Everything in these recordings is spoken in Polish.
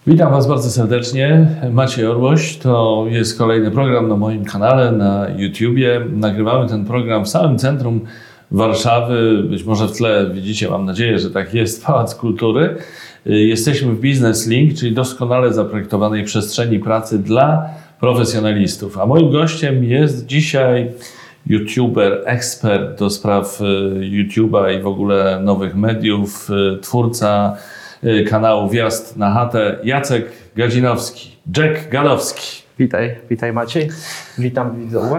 Witam Was bardzo serdecznie. Maciej Orłoś. To jest kolejny program na moim kanale na YouTubie. Nagrywamy ten program w samym centrum Warszawy. Być może w tle widzicie, mam nadzieję, że tak jest, Pałac Kultury. Jesteśmy w Business Link, czyli doskonale zaprojektowanej przestrzeni pracy dla profesjonalistów. A moim gościem jest dzisiaj YouTuber, ekspert do spraw YouTube'a i w ogóle nowych mediów, twórca kanału Wjazd na chatę, Jacek Gadzinowski, Jack Gadowski. Witaj Maciej, witam widzowie.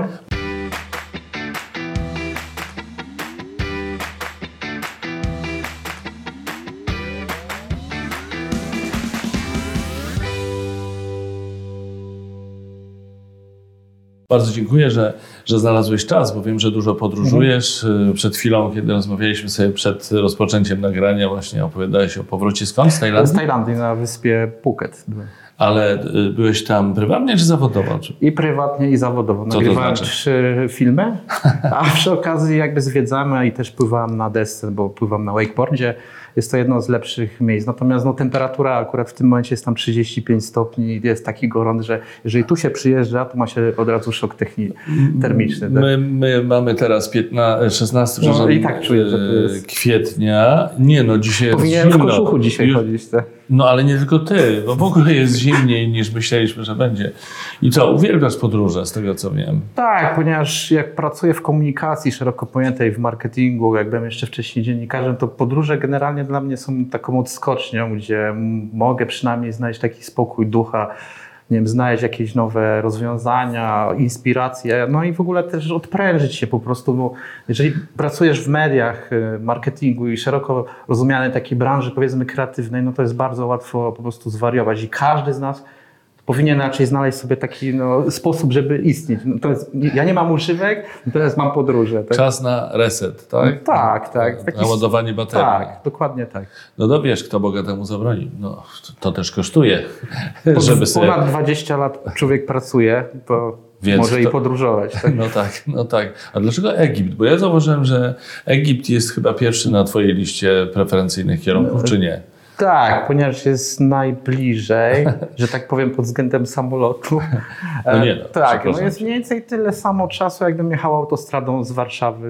Bardzo dziękuję, że znalazłeś czas, bo wiem, że dużo podróżujesz. Przed chwilą, kiedy rozmawialiśmy sobie przed rozpoczęciem nagrania, właśnie opowiadałeś o powrocie skąd? Z Tajlandii? Z Tajlandii, na wyspie Phuket. Ale byłeś tam prywatnie czy zawodowo? I prywatnie, i zawodowo. Nagrywałem 3 filmy, a przy okazji jakby zwiedzamy i też pływałem na desce, bo pływam na wakeboardzie. Jest to jedno z lepszych miejsc. Natomiast temperatura akurat w tym momencie jest tam 35 stopni i jest taki gorący, że jeżeli tu się przyjeżdża, to ma się od razu szok termiczny. Tak? My mamy teraz 16 i tak czuję, że to jest... kwietnia. Dzisiaj powinienem jest zimno. w kożuchu dzisiaj chodzić. Tak? No ale nie tylko ty, bo w ogóle jest zimniej niż myśleliśmy, że będzie. I co, uwielbiasz podróże, z tego co wiem? Tak, ponieważ jak pracuję w komunikacji szeroko pojętej, w marketingu, jak byłem jeszcze wcześniej dziennikarzem, to podróże generalnie dla mnie są taką odskocznią, gdzie mogę przynajmniej znaleźć taki spokój ducha, nie wiem, znaleźć jakieś nowe rozwiązania, inspiracje, no i w ogóle też odprężyć się po prostu, bo jeżeli pracujesz w mediach, marketingu i szeroko rozumianej takiej branży, powiedzmy kreatywnej, no to jest bardzo łatwo po prostu zwariować i każdy z nas powinien raczej znaleźć sobie taki sposób, żeby istnieć. Ja nie mam używek, natomiast mam podróże. Tak? Czas na reset, tak? Tak. Na ładowanie baterii. Tak, dokładnie tak. No wiesz, kto Boga temu zabroni. No, to też kosztuje. Ponad 20 lat człowiek pracuje, to może i podróżować. Tak? No tak. A dlaczego Egipt? Bo ja zauważyłem, że Egipt jest chyba pierwszy na twojej liście preferencyjnych kierunków, czy nie? Tak, ponieważ jest najbliżej, że tak powiem, pod względem samolotu. Tak, jest mniej więcej tyle samo czasu, jakbym jechał autostradą z Warszawy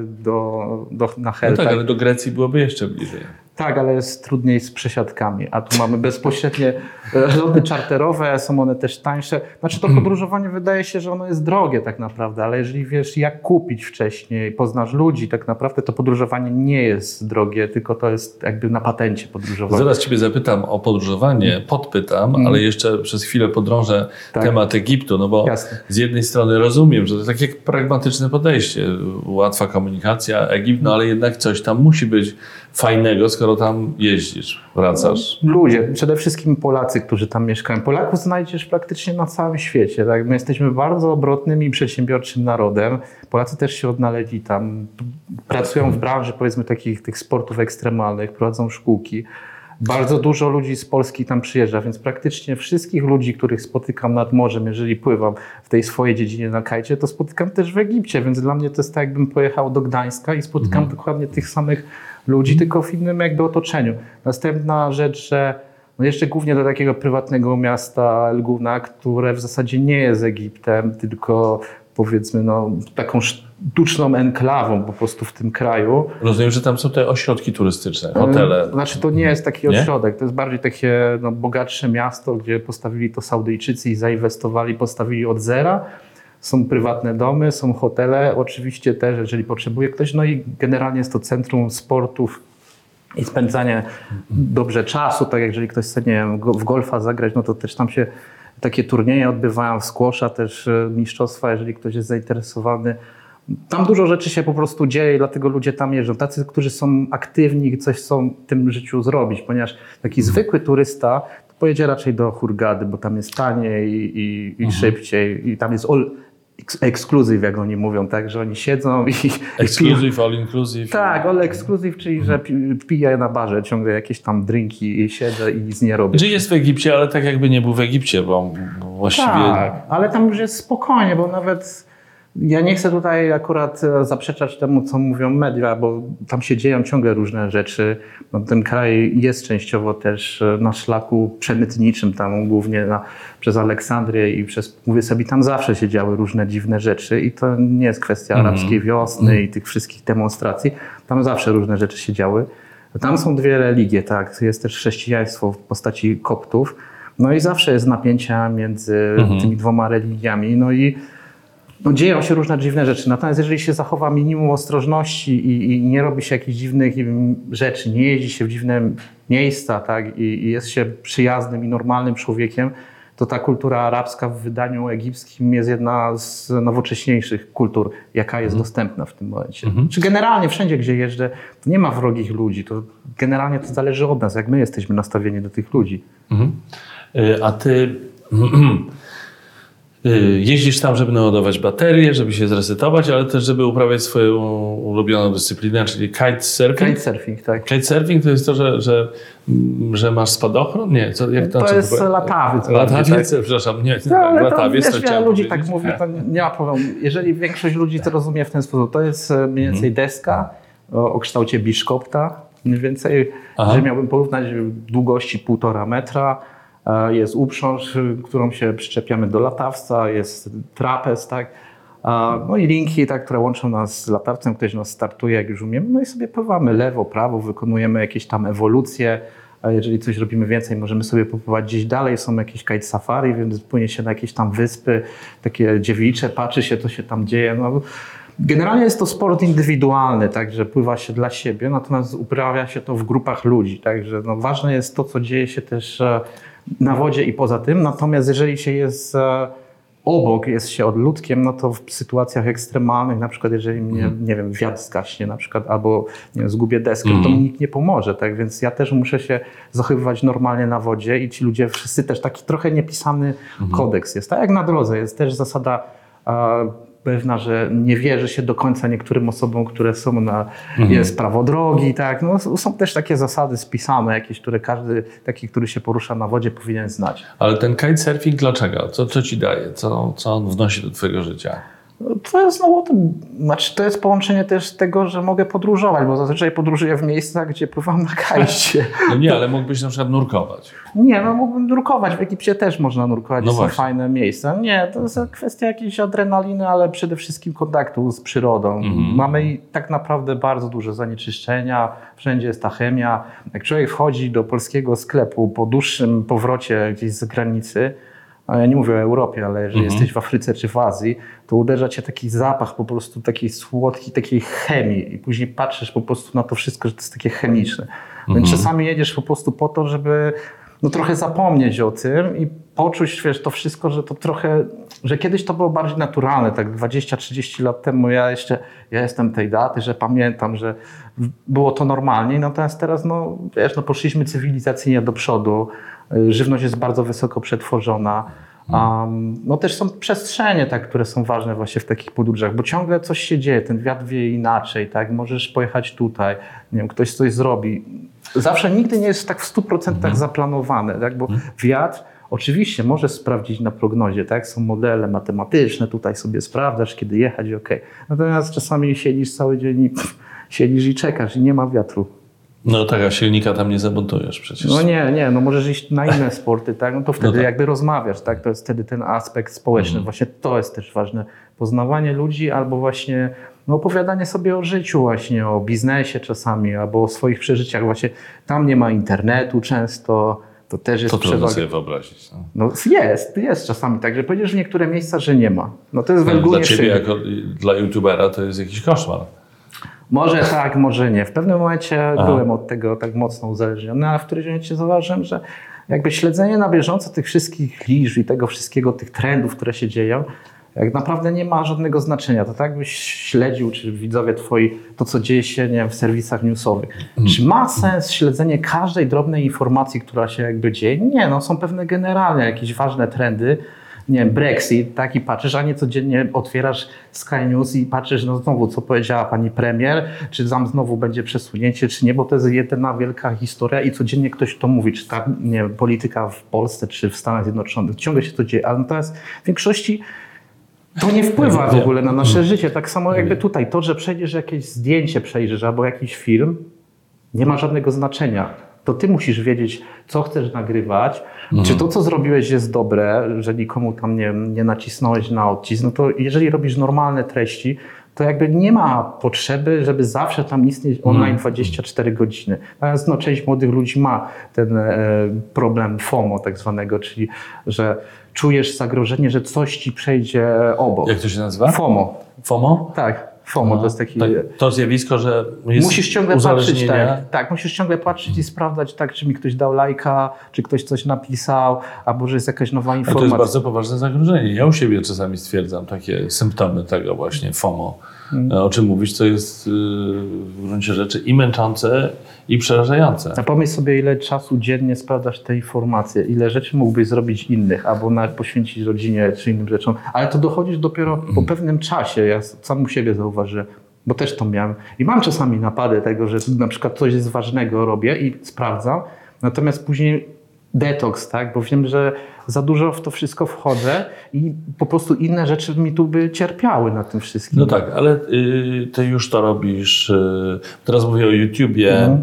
na Hel. No tak, ale do Grecji byłoby jeszcze bliżej. Tak, ale jest trudniej z przesiadkami, a tu mamy bezpośrednie loty czarterowe, są one też tańsze. Znaczy to podróżowanie wydaje się, że ono jest drogie tak naprawdę, ale jeżeli wiesz jak kupić wcześniej, poznasz ludzi, tak naprawdę to podróżowanie nie jest drogie, tylko to jest jakby na patencie podróżowanie. Zaraz Ciebie zapytam o podróżowanie, podpytam, ale jeszcze przez chwilę podrążę temat Egiptu, no bo z jednej strony rozumiem, że to takie pragmatyczne podejście, łatwa komunikacja, Egipt, no ale jednak coś tam musi być fajnego, skoro tam jeździsz, wracasz. Ludzie, przede wszystkim Polacy, którzy tam mieszkają. Polaków znajdziesz praktycznie na całym świecie. Tak? My jesteśmy bardzo obrotnym i przedsiębiorczym narodem. Polacy też się odnaleźli tam. Pracują w branży, powiedzmy, tych sportów ekstremalnych, prowadzą szkółki. Bardzo dużo ludzi z Polski tam przyjeżdża, więc praktycznie wszystkich ludzi, których spotykam nad morzem, jeżeli pływam w tej swojej dziedzinie na kajcie, to spotykam też w Egipcie, więc dla mnie to jest tak, jakbym pojechał do Gdańska i spotykam dokładnie tych samych ludzi, tylko w innym jakby otoczeniu. Następna rzecz, że jeszcze głównie do takiego prywatnego miasta Elguna, które w zasadzie nie jest Egiptem, tylko powiedzmy taką sztuczną enklawą po prostu w tym kraju. Rozumiem, że tam są te ośrodki turystyczne, hotele. Znaczy to nie jest taki ośrodek, to jest bardziej takie bogatsze miasto, gdzie postawili to Saudyjczycy i zainwestowali, postawili od zera. Są prywatne domy, są hotele, oczywiście też, jeżeli potrzebuje ktoś, i generalnie jest to centrum sportów i spędzanie dobrze czasu, tak jak jeżeli ktoś chce, nie wiem, w golfa zagrać, to też tam się takie turnieje odbywają, w squasha też mistrzostwa, jeżeli ktoś jest zainteresowany. Tam dużo rzeczy się po prostu dzieje i dlatego ludzie tam jeżdżą. Tacy, którzy są aktywni i coś chcą w tym życiu zrobić, ponieważ taki zwykły turysta to pojedzie raczej do Hurgady, bo tam jest taniej i szybciej i tam jest exclusive, jak oni mówią, tak, że oni siedzą i... Exclusive, all inclusive. Tak, all exclusive, czyli że piję na barze ciągle jakieś tam drinki i siedzę i nic nie robię. Że jest w Egipcie, ale tak jakby nie był w Egipcie, bo właściwie... Tak, ale tam już jest spokojnie, bo nawet Ja nie chcę tutaj akurat zaprzeczać temu, co mówią media, bo tam się dzieją ciągle różne rzeczy. No, ten kraj jest częściowo też na szlaku przemytniczym, tam głównie przez Aleksandrię i mówię sobie, tam zawsze się działy różne dziwne rzeczy i to nie jest kwestia arabskiej wiosny i tych wszystkich demonstracji. Tam zawsze różne rzeczy się działy. Tam są dwie religie, tak. Jest też chrześcijaństwo w postaci koptów. No i zawsze jest napięcia między tymi dwoma religiami. No i dzieją się różne dziwne rzeczy. Natomiast jeżeli się zachowa minimum ostrożności i nie robi się jakichś dziwnych rzeczy, nie jeździ się w dziwne miejsca, tak, i jest się przyjaznym i normalnym człowiekiem, to ta kultura arabska w wydaniu egipskim jest jedna z nowocześniejszych kultur, jaka jest dostępna w tym momencie. Czy generalnie wszędzie, gdzie jeżdżę, to nie ma wrogich ludzi. To generalnie to zależy od nas, jak my jesteśmy nastawieni do tych ludzi. A ty jeździsz tam, żeby naładować baterię, żeby się zresetować, ale też, żeby uprawiać swoją ulubioną dyscyplinę, czyli kitesurfing. Kitesurfing, tak. Kitesurfing to jest to, że masz spadochron? Nie, jak to jest latawiec. Latawiec, tak? Przepraszam, nie, ale latawiec. To wiele ludzi tak mówi, to nie ma problemu. Jeżeli większość ludzi to rozumie w ten sposób, to jest mniej więcej deska o kształcie biszkopta, mniej więcej, że miałbym porównać długości 1,5 metra. Jest uprząż, którą się przyczepiamy do latawca, jest trapez, tak? No i linki, tak, które łączą nas z latawcem, ktoś nas startuje, jak już umiemy, no i sobie pływamy lewo, prawo, wykonujemy jakieś tam ewolucje. A jeżeli coś robimy więcej, możemy sobie popływać gdzieś dalej, są jakieś kite safari, więc płynie się na jakieś tam wyspy, takie dziewicze, patrzy się, co się tam dzieje. No, generalnie jest to sport indywidualny, także pływa się dla siebie, natomiast uprawia się to w grupach ludzi, także no, ważne jest to, co dzieje się też na wodzie i poza tym, natomiast jeżeli się jest obok, jest się odludkiem, no to w sytuacjach ekstremalnych, na przykład jeżeli mnie, nie wiem, wiatr zgaśnie na przykład, albo nie wiem, zgubię deskę, to mi nikt nie pomoże, tak, więc ja też muszę się zachowywać normalnie na wodzie i ci ludzie wszyscy też taki trochę niepisany kodeks jest, tak jak na drodze jest też zasada pewna, że nie wierzy się do końca niektórym osobom, które są jest prawo drogi, tak. No, są też takie zasady spisane jakieś, które każdy taki, który się porusza na wodzie, powinien znać. Ale ten kitesurfing dlaczego? Co ci daje? Co on wnosi do twojego życia? To jest znowu to jest połączenie też tego, że mogę podróżować, bo zazwyczaj podróżuję w miejscach, gdzie pływam na kajcie. No nie, ale mógłbyś na przykład nurkować. Nie, no mógłbym nurkować. W Egipcie też można nurkować, no są fajne miejsca. Nie, to jest kwestia jakiejś adrenaliny, ale przede wszystkim kontaktu z przyrodą. Mamy tak naprawdę bardzo duże zanieczyszczenia, wszędzie jest ta chemia. Jak człowiek wchodzi do polskiego sklepu po dłuższym powrocie gdzieś z granicy, a ja nie mówię o Europie, ale jeżeli jesteś w Afryce czy w Azji, to uderza cię taki zapach po prostu takiej słodkiej, takiej chemii i później patrzysz po prostu na to wszystko, że to jest takie chemiczne. Więc czasami jedziesz po prostu po to, żeby trochę zapomnieć o tym i poczuć, wiesz, to wszystko, że to trochę, że kiedyś to było bardziej naturalne, tak 20-30 lat temu ja jestem tej daty, że pamiętam, że było to normalnie, natomiast teraz, poszliśmy cywilizacyjnie do przodu, żywność jest bardzo wysoko przetworzona. Też są przestrzenie, tak, które są ważne właśnie w takich podróżach, bo ciągle coś się dzieje, ten wiatr wieje inaczej, tak, możesz pojechać tutaj, nie wiem, ktoś coś zrobi. Zawsze nigdy nie jest tak w 100% zaplanowane, tak, bo wiatr oczywiście możesz sprawdzić na prognozie, tak, są modele matematyczne, tutaj sobie sprawdzasz, kiedy jechać, okej. Natomiast czasami siedzisz cały dzień i siedzisz i czekasz i nie ma wiatru. No tak, a silnika tam nie zamontujesz przecież. No nie, możesz iść na inne sporty, tak? No to wtedy jakby rozmawiasz, tak? To jest wtedy ten aspekt społeczny. Właśnie to jest też ważne. Poznawanie ludzi albo właśnie opowiadanie sobie o życiu właśnie, o biznesie czasami, albo o swoich przeżyciach. Właśnie tam nie ma internetu często, to też jest przewaga. To trudno sobie wyobrazić. No jest czasami tak, że powiedziesz w niektóre miejsca, że nie ma. No to jest dla ciebie jako dla youtubera to jest jakiś koszmar. Może tak, może nie. W pewnym momencie byłem od tego tak mocno uzależniony, ale w którymś momencie zauważyłem, że jakby śledzenie na bieżąco tych wszystkich liczb i tego wszystkiego, tych trendów, które się dzieją, jak naprawdę nie ma żadnego znaczenia. To tak byś śledził, czy widzowie twoi, to co dzieje się, nie wiem, w serwisach newsowych. Czy ma sens śledzenie każdej drobnej informacji, która się jakby dzieje? Nie, są pewne generalne jakieś ważne trendy, nie wiem, Brexit, tak, i patrzysz, a nie codziennie otwierasz Sky News i patrzysz, znowu, co powiedziała pani premier, czy tam znowu będzie przesunięcie, czy nie, bo to jest jedna wielka historia i codziennie ktoś to mówi, czy ta, nie wiem, polityka w Polsce, czy w Stanach Zjednoczonych, ciągle się to dzieje, ale natomiast w większości To nie wpływa w ogóle na nasze życie. Tak samo jakby tutaj, to, że przejdziesz jakieś zdjęcie, albo jakiś film, nie ma żadnego znaczenia. To ty musisz wiedzieć, co chcesz nagrywać, czy to, co zrobiłeś, jest dobre, że nikomu tam nie nacisnąłeś na odcisk. No to jeżeli robisz normalne treści, to jakby nie ma potrzeby, żeby zawsze tam istnieć online 24 godziny. Natomiast no, część młodych ludzi ma ten problem FOMO tak zwanego, czyli że czujesz zagrożenie, że coś ci przejdzie obok. Jak to się nazywa? FOMO. FOMO? Tak, FOMO to jest taki... Tak, to zjawisko, że jest musisz ciągle patrzeć, uzależnienia. tak, musisz ciągle patrzeć i sprawdzać, tak, czy mi ktoś dał lajka, czy ktoś coś napisał, albo że jest jakaś nowa Ale informacja. to jest bardzo poważne zagrożenie. Ja u siebie czasami stwierdzam takie symptomy tego właśnie FOMO, o czym mówisz, co jest w gruncie rzeczy i męczące, i przerażające. A pomyśl sobie, ile czasu dziennie sprawdzasz te informacje, ile rzeczy mógłbyś zrobić innych, albo nawet poświęcić rodzinie czy innym rzeczom, ale to dochodzisz dopiero po pewnym czasie. Ja sam u siebie zauważyłem, bo też to miałem. I mam czasami napady tego, że na przykład coś jest ważnego robię i sprawdzam, natomiast później detoks, tak? Bo wiem, że za dużo w to wszystko wchodzę i po prostu inne rzeczy mi tu by cierpiały na tym wszystkim. No tak, ale ty już to robisz, teraz mówię o YouTubie,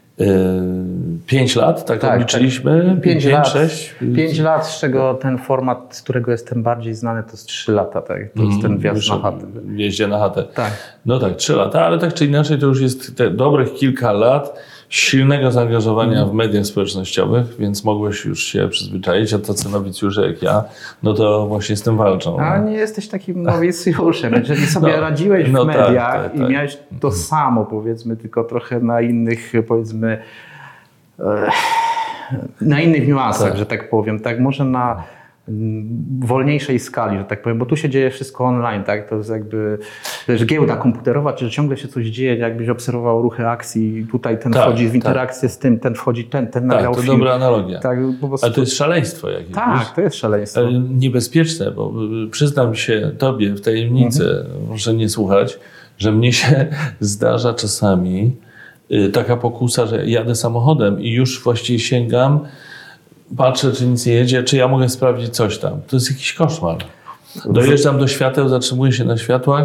5 lat, tak obliczyliśmy? 5 lat, 6? 5 lat, z czego ten format, z którego jestem bardziej znany, to jest 3 lata, tak? To jest ten wjazd na chatę. Wjeździe na chatę. Tak. No tak, 3 lata, ale tak czy inaczej to już jest dobrych kilka lat silnego zaangażowania w mediach społecznościowych, więc mogłeś już się przyzwyczaić, a tacy nowicjusze jak ja, no to właśnie z tym walczą. A nie jesteś takim nowicjuszem. Jeżeli sobie radziłeś w mediach i miałeś to samo, powiedzmy, tylko trochę na innych, powiedzmy, na innych niuansach, że tak powiem, tak, może na wolniejszej skali, że tak powiem, bo tu się dzieje wszystko online, tak? To jest jakby też giełda komputerowa, czy że ciągle się coś dzieje, jakbyś obserwował ruchy akcji, tutaj ten wchodzi w interakcję z tym, ten wchodzi, ten nagrał film. To dobra analogia. Tak, po prostu... Ale to jest szaleństwo jakieś. Tak, wiesz? to jest szaleństwo. Niebezpieczne, bo przyznam się tobie w tajemnicy, muszę nie słuchać, że mnie się zdarza czasami taka pokusa, że jadę samochodem i już właściwie sięgam, patrzę, czy nic nie jedzie, czy ja mogę sprawdzić coś tam. To jest jakiś koszmar. Dojeżdżam do świateł, zatrzymuję się na światłach,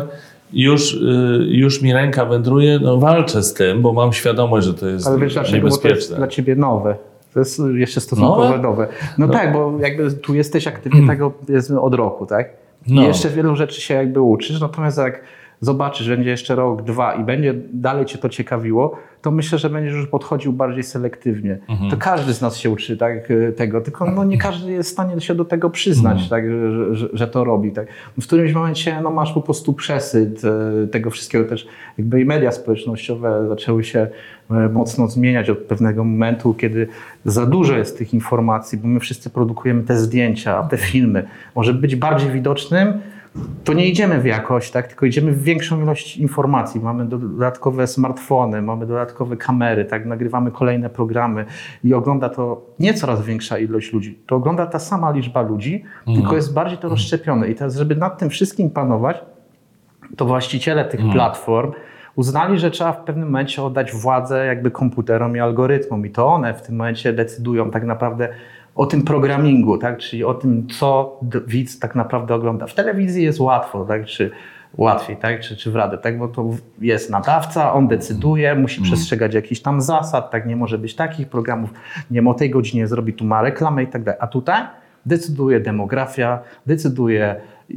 już mi ręka wędruje, no walczę z tym, bo mam świadomość, że to jest ale wiesz, dlaczego? Bo to jest dla ciebie nowe. To jest jeszcze stosunkowo nowe. No tak, bo jakby tu jesteś aktywnie tego powiedzmy od roku, tak? I jeszcze wielu rzeczy się jakby uczysz, natomiast jak zobaczysz, będzie jeszcze rok, 2 i będzie dalej cię to ciekawiło, to myślę, że będziesz już podchodził bardziej selektywnie. To każdy z nas się uczy tego, tylko no, nie każdy jest w stanie się do tego przyznać, tak, że to robi. Tak. W którymś momencie no, masz po prostu przesyt tego wszystkiego. Też jakby i media społecznościowe zaczęły się mocno zmieniać od pewnego momentu, kiedy za dużo jest tych informacji, bo my wszyscy produkujemy te zdjęcia, te filmy. Może być bardziej widocznym, to nie idziemy w jakość, tak? Tylko idziemy w większą ilość informacji. Mamy dodatkowe smartfony, mamy dodatkowe kamery, tak? Nagrywamy kolejne programy i ogląda to nie coraz większa ilość ludzi. To ogląda ta sama liczba ludzi, tylko jest bardziej to rozszczepione. I teraz, żeby nad tym wszystkim panować, to właściciele tych platform uznali, że trzeba w pewnym momencie oddać władzę jakby komputerom i algorytmom i to one w tym momencie decydują tak naprawdę o tym programingu, tak? Czyli o tym, co widz tak naprawdę ogląda. W telewizji jest łatwo, tak? Czy łatwiej, tak? Czy w radę, tak? Bo to jest nadawca, on decyduje, musi przestrzegać jakichś tam zasad, tak? Nie może być takich programów, nie o tej godzinie zrobi, tu ma reklamę i tak dalej. A tutaj decyduje demografia, decyduje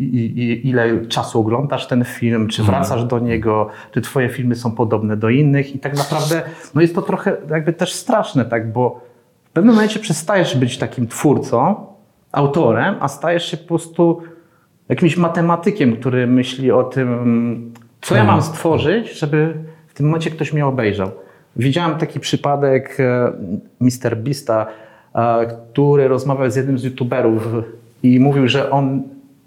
ile czasu oglądasz ten film, czy wracasz do niego, czy twoje filmy są podobne do innych i tak naprawdę no jest to trochę jakby też straszne, tak? Bo w pewnym momencie przestajesz być takim twórcą, autorem, a stajesz się po prostu jakimś matematykiem, który myśli o tym, co ja mam stworzyć, żeby w tym momencie ktoś mnie obejrzał. Widziałem taki przypadek Mr. Beasta, który rozmawiał z jednym z youtuberów i mówił, że on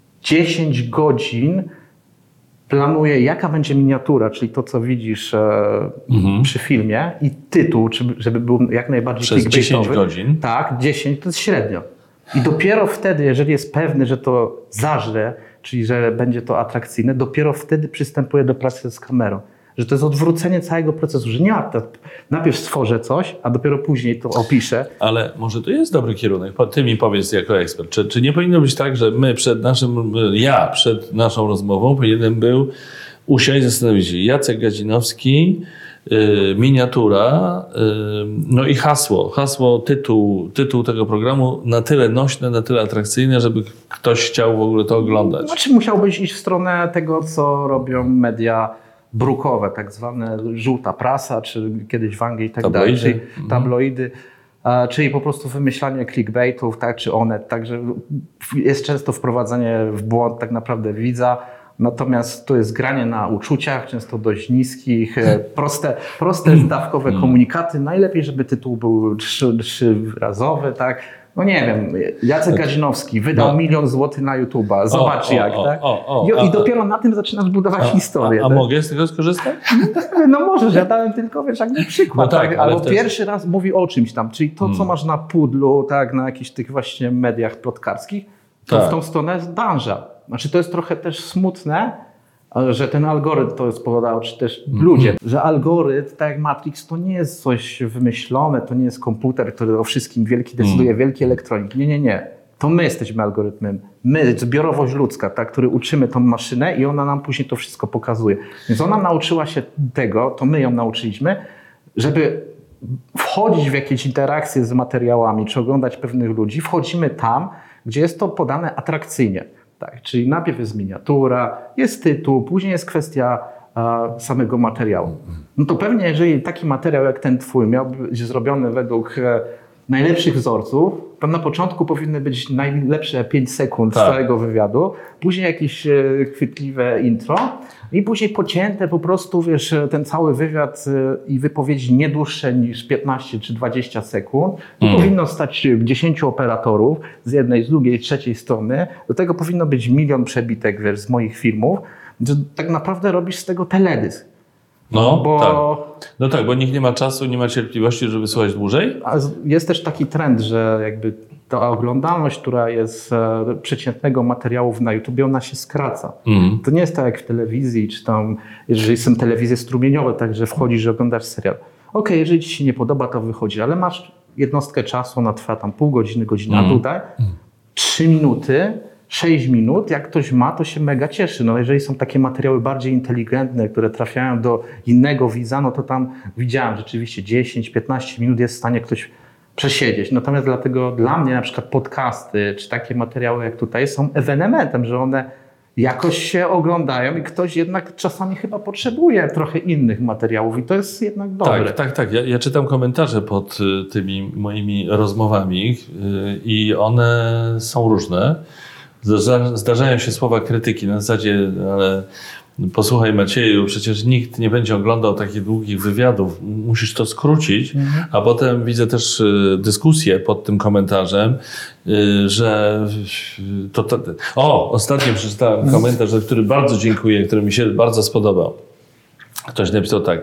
10 godzin planuje, jaka będzie miniatura, czyli to, co widzisz przy filmie i tytuł, żeby był jak najbardziej przez 10 godzin? Tak, 10 to jest średnio. I dopiero wtedy, jeżeli jest pewny, że to zażre, czyli że będzie to atrakcyjne, dopiero wtedy przystępuje do pracy z kamerą. Że to jest odwrócenie całego procesu, że nie najpierw stworzę coś, a dopiero później to opiszę. Ale może to jest dobry kierunek. Ty mi powiedz jako ekspert, czy nie powinno być tak, że my przed naszą rozmową powinienem był usiąść i zastanowić się, Jacek Gadzinowski, miniatura, no i hasło, tytuł tego programu na tyle nośne, na tyle atrakcyjne, żeby ktoś chciał w ogóle to oglądać. Znaczy musiałbyś iść w stronę tego, co robią media brukowe, tak zwane żółta prasa, czy kiedyś w Anglii i tak dalej, czyli tabloidy, czyli po prostu wymyślanie clickbaitów, tak, czy Onet, także jest często wprowadzanie w błąd tak naprawdę widza. Natomiast to jest granie na uczuciach, często dość niskich, proste zdawkowe komunikaty. Najlepiej, żeby tytuł był trzyrazowy, tak? No nie wiem, Jacek Gadzinowski wydał 1 000 000 złotych na YouTube'a, zobacz jak, tak? I dopiero na tym zaczynasz budować historię. A tak? mogę z tego skorzystać? No możesz, ja dałem tylko, jakby przykład, no tak, tak? Albo pierwszy raz mówi o czymś tam, czyli to, co masz na pudlu, tak, na jakichś tych właśnie mediach plotkarskich, to w tą stronę dąża. Znaczy to jest trochę też smutne, że ten algorytm to spowodował, czy też ludzie, że algorytm, tak jak Matrix, to nie jest coś wymyślone, to nie jest komputer, który o wszystkim decyduje, wielki elektronik. Nie. To my jesteśmy algorytmem. My, zbiorowość ludzka, tak, który uczymy tą maszynę i ona nam później to wszystko pokazuje. Więc ona nauczyła się tego, to my ją nauczyliśmy, żeby wchodzić w jakieś interakcje z materiałami, czy oglądać pewnych ludzi, wchodzimy tam, gdzie jest to podane atrakcyjnie. Tak, czyli najpierw jest miniatura, jest tytuł, później jest kwestia samego materiału. No to pewnie, jeżeli taki materiał jak ten twój miał być zrobiony według najlepszych wzorców, to na początku powinny być najlepsze 5 sekund całego wywiadu, później jakieś chwytliwe intro i później pocięte po prostu, wiesz, ten cały wywiad i wypowiedzi nie dłuższe niż 15 czy 20 sekund. To powinno stać 10 operatorów z jednej, z drugiej, trzeciej strony. Do tego powinno być 1 000 000 przebitek, wiesz, z moich filmów, że tak naprawdę robisz z tego teledysk. No tak, bo nikt nie ma czasu, nie ma cierpliwości, żeby słuchać dłużej. A jest też taki trend, że jakby ta oglądalność, która jest przeciętnego materiału na YouTubie, ona się skraca. To nie jest tak jak w telewizji, czy tam, jeżeli są telewizje strumieniowe, także wchodzisz i oglądasz serial. Okej, jeżeli ci się nie podoba, to wychodzi, ale masz jednostkę czasu, ona trwa tam pół godziny, a tutaj 3 minuty, 6 minut, jak ktoś ma, to się mega cieszy. No jeżeli są takie materiały bardziej inteligentne, które trafiają do innego widza, no to tam widziałem rzeczywiście 10-15 minut jest w stanie ktoś przesiedzieć. Natomiast dlatego dla mnie na przykład podcasty, czy takie materiały jak tutaj są ewenementem, że one jakoś się oglądają i ktoś jednak czasami chyba potrzebuje trochę innych materiałów i to jest jednak dobre. Tak. Ja czytam komentarze pod tymi moimi rozmowami i one są różne. Zdarzają się słowa krytyki na zasadzie, ale posłuchaj Macieju, przecież nikt nie będzie oglądał takich długich wywiadów, musisz to skrócić, a potem widzę też dyskusję pod tym komentarzem, że ostatnio przeczytałem komentarz, za który bardzo dziękuję, który mi się bardzo spodobał. Ktoś napisał tak: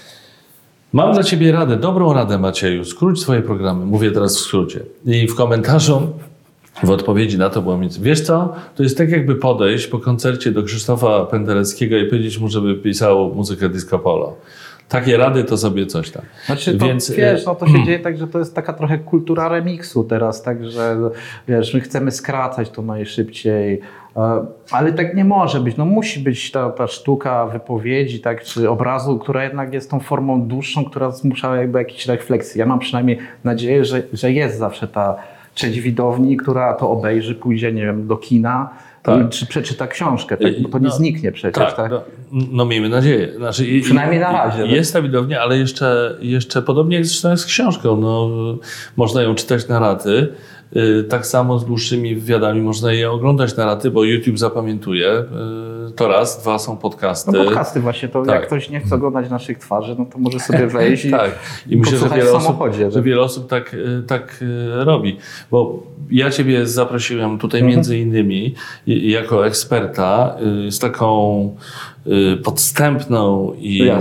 mam dla ciebie radę, dobrą radę Macieju, skróć swoje programy, mówię teraz w skrócie. I w komentarzu w odpowiedzi na to było między. Wiesz co? To jest tak jakby podejść po koncercie do Krzysztofa Pendereckiego i powiedzieć mu, żeby pisał muzykę disco polo. Takie rady to sobie coś tam. Znaczy to, więc, wiesz, no to się dzieje tak, że to jest taka trochę kultura remiksu teraz, tak, że wiesz, my chcemy skracać to najszybciej, ale tak nie może być. No musi być ta sztuka wypowiedzi, tak, czy obrazu, która jednak jest tą formą dłuższą, która zmusza jakby jakieś refleksje. Ja mam przynajmniej nadzieję, że jest zawsze ta część widowni, która to obejrzy, pójdzie, nie wiem, do kina, czy przeczyta książkę, tak? Bo to nie zniknie przecież. Tak? No miejmy nadzieję. Znaczy, przynajmniej na razie. Jest ta widownia, ale jeszcze podobnie jak zresztą z książką. No, można ją czytać na raty. Tak samo z dłuższymi wywiadami można je oglądać na raty, bo YouTube zapamiętuje. To raz, 2 są podcasty. No podcasty właśnie, to jak ktoś nie chce oglądać naszych twarzy, no to może sobie wejść i myślę, że wiele osób tak robi. Bo ja ciebie zaprosiłem tutaj między innymi jako eksperta z taką podstępną i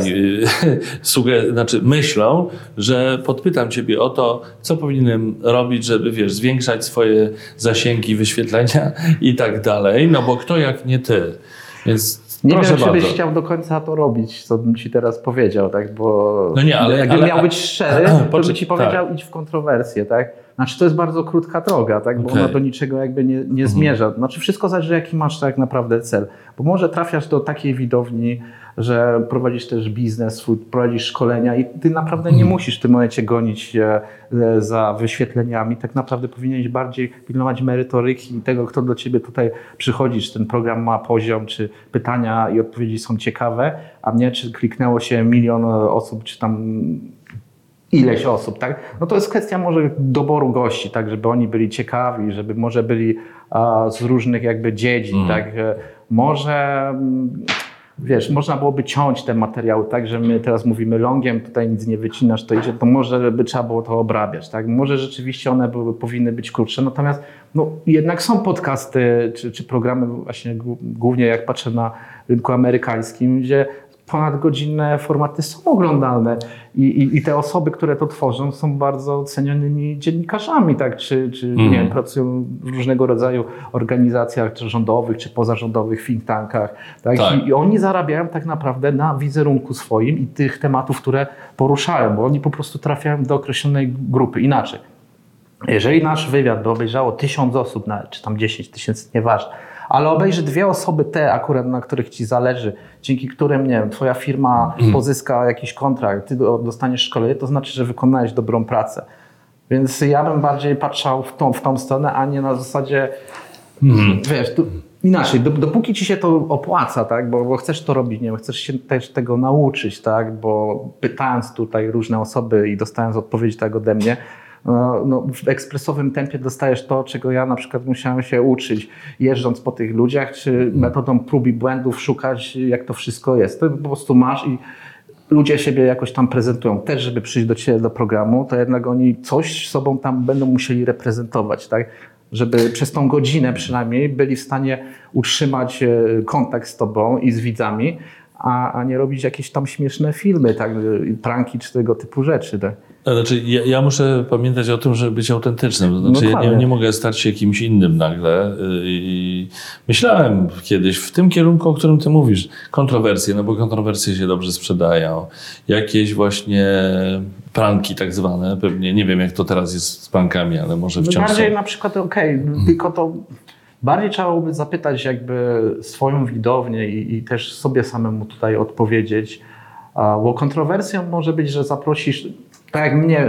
myślą, że podpytam ciebie o to, co powinienem robić, żeby, wiesz, zwiększać swoje zasięgi wyświetlenia i tak dalej, no bo kto jak nie ty. Więc Nie wiem, czy byś chciał do końca to robić, co bym ci teraz powiedział, tak? Bo no nie, ale, jakbym miał być szczery, to bym ci powiedział idź w kontrowersję, tak? Znaczy to jest bardzo krótka droga, tak? Bo ona do niczego jakby nie zmierza. Znaczy wszystko zależy, jaki masz tak naprawdę cel. Bo może trafiasz do takiej widowni, że prowadzisz też biznes, prowadzisz szkolenia i ty naprawdę nie musisz w tym momencie gonić za wyświetleniami. Tak naprawdę powinieneś bardziej pilnować merytoryki i tego, kto do ciebie tutaj przychodzi, czy ten program ma poziom, czy pytania i odpowiedzi są ciekawe, a nie czy kliknęło się 1 milion osób, czy tam ileś osób, tak? No to jest kwestia może doboru gości, tak, żeby oni byli ciekawi, żeby może byli z różnych jakby dziedzin, tak? Może, wiesz, można byłoby ciąć te materiały, tak, że my teraz mówimy longiem, tutaj nic nie wycinasz, to idzie, to może by trzeba było to obrabiać, tak? Może rzeczywiście one powinny być krótsze, natomiast no, jednak są podcasty czy programy właśnie głównie jak patrzę na rynku amerykańskim, gdzie ponadgodzinne formaty są oglądalne i te osoby, które to tworzą, są bardzo cenionymi dziennikarzami, tak? Czy nie wiem, pracują w różnego rodzaju organizacjach czy rządowych, czy pozarządowych think tankach. Tak? I oni zarabiają tak naprawdę na wizerunku swoim i tych tematów, które poruszają, bo oni po prostu trafiają do określonej grupy. Inaczej, jeżeli nasz wywiad by obejrzało 1000 osób, czy tam 10 000, nieważne, ale obejrzy 2 osoby te akurat, na których ci zależy, dzięki którym, nie wiem, twoja firma pozyska jakiś kontrakt, ty dostaniesz szkolenie, to znaczy, że wykonałeś dobrą pracę. Więc ja bym bardziej patrzał w tą stronę, a nie na zasadzie, wiesz, inaczej, dopóki ci się to opłaca, tak, bo chcesz to robić, nie wiem, chcesz się też tego nauczyć, tak, bo pytając tutaj różne osoby i dostając odpowiedź tak ode mnie, no, w ekspresowym tempie dostajesz to, czego ja na przykład musiałem się uczyć, jeżdżąc po tych ludziach, czy metodą prób i błędów szukać, jak to wszystko jest. To po prostu masz i ludzie siebie jakoś tam prezentują. Też, żeby przyjść do ciebie do programu, to jednak oni coś sobą tam będą musieli reprezentować, tak? Żeby przez tą godzinę przynajmniej byli w stanie utrzymać kontakt z tobą i z widzami, a nie robić jakieś tam śmieszne filmy, tak? Pranki czy tego typu rzeczy. Tak? Znaczy, ja muszę pamiętać o tym, żeby być autentycznym. To znaczy, ja nie mogę stać się kimś innym nagle. I myślałem kiedyś w tym kierunku, o którym ty mówisz. Kontrowersje, no bo kontrowersje się dobrze sprzedają. Jakieś właśnie pranki tak zwane. Pewnie nie wiem, jak to teraz jest z prankami, ale może wciąż bardziej są. na przykład, tylko to bardziej trzeba byłoby zapytać jakby swoją widownię i też sobie samemu tutaj odpowiedzieć. Bo kontrowersją może być, że zaprosisz, tak jak mnie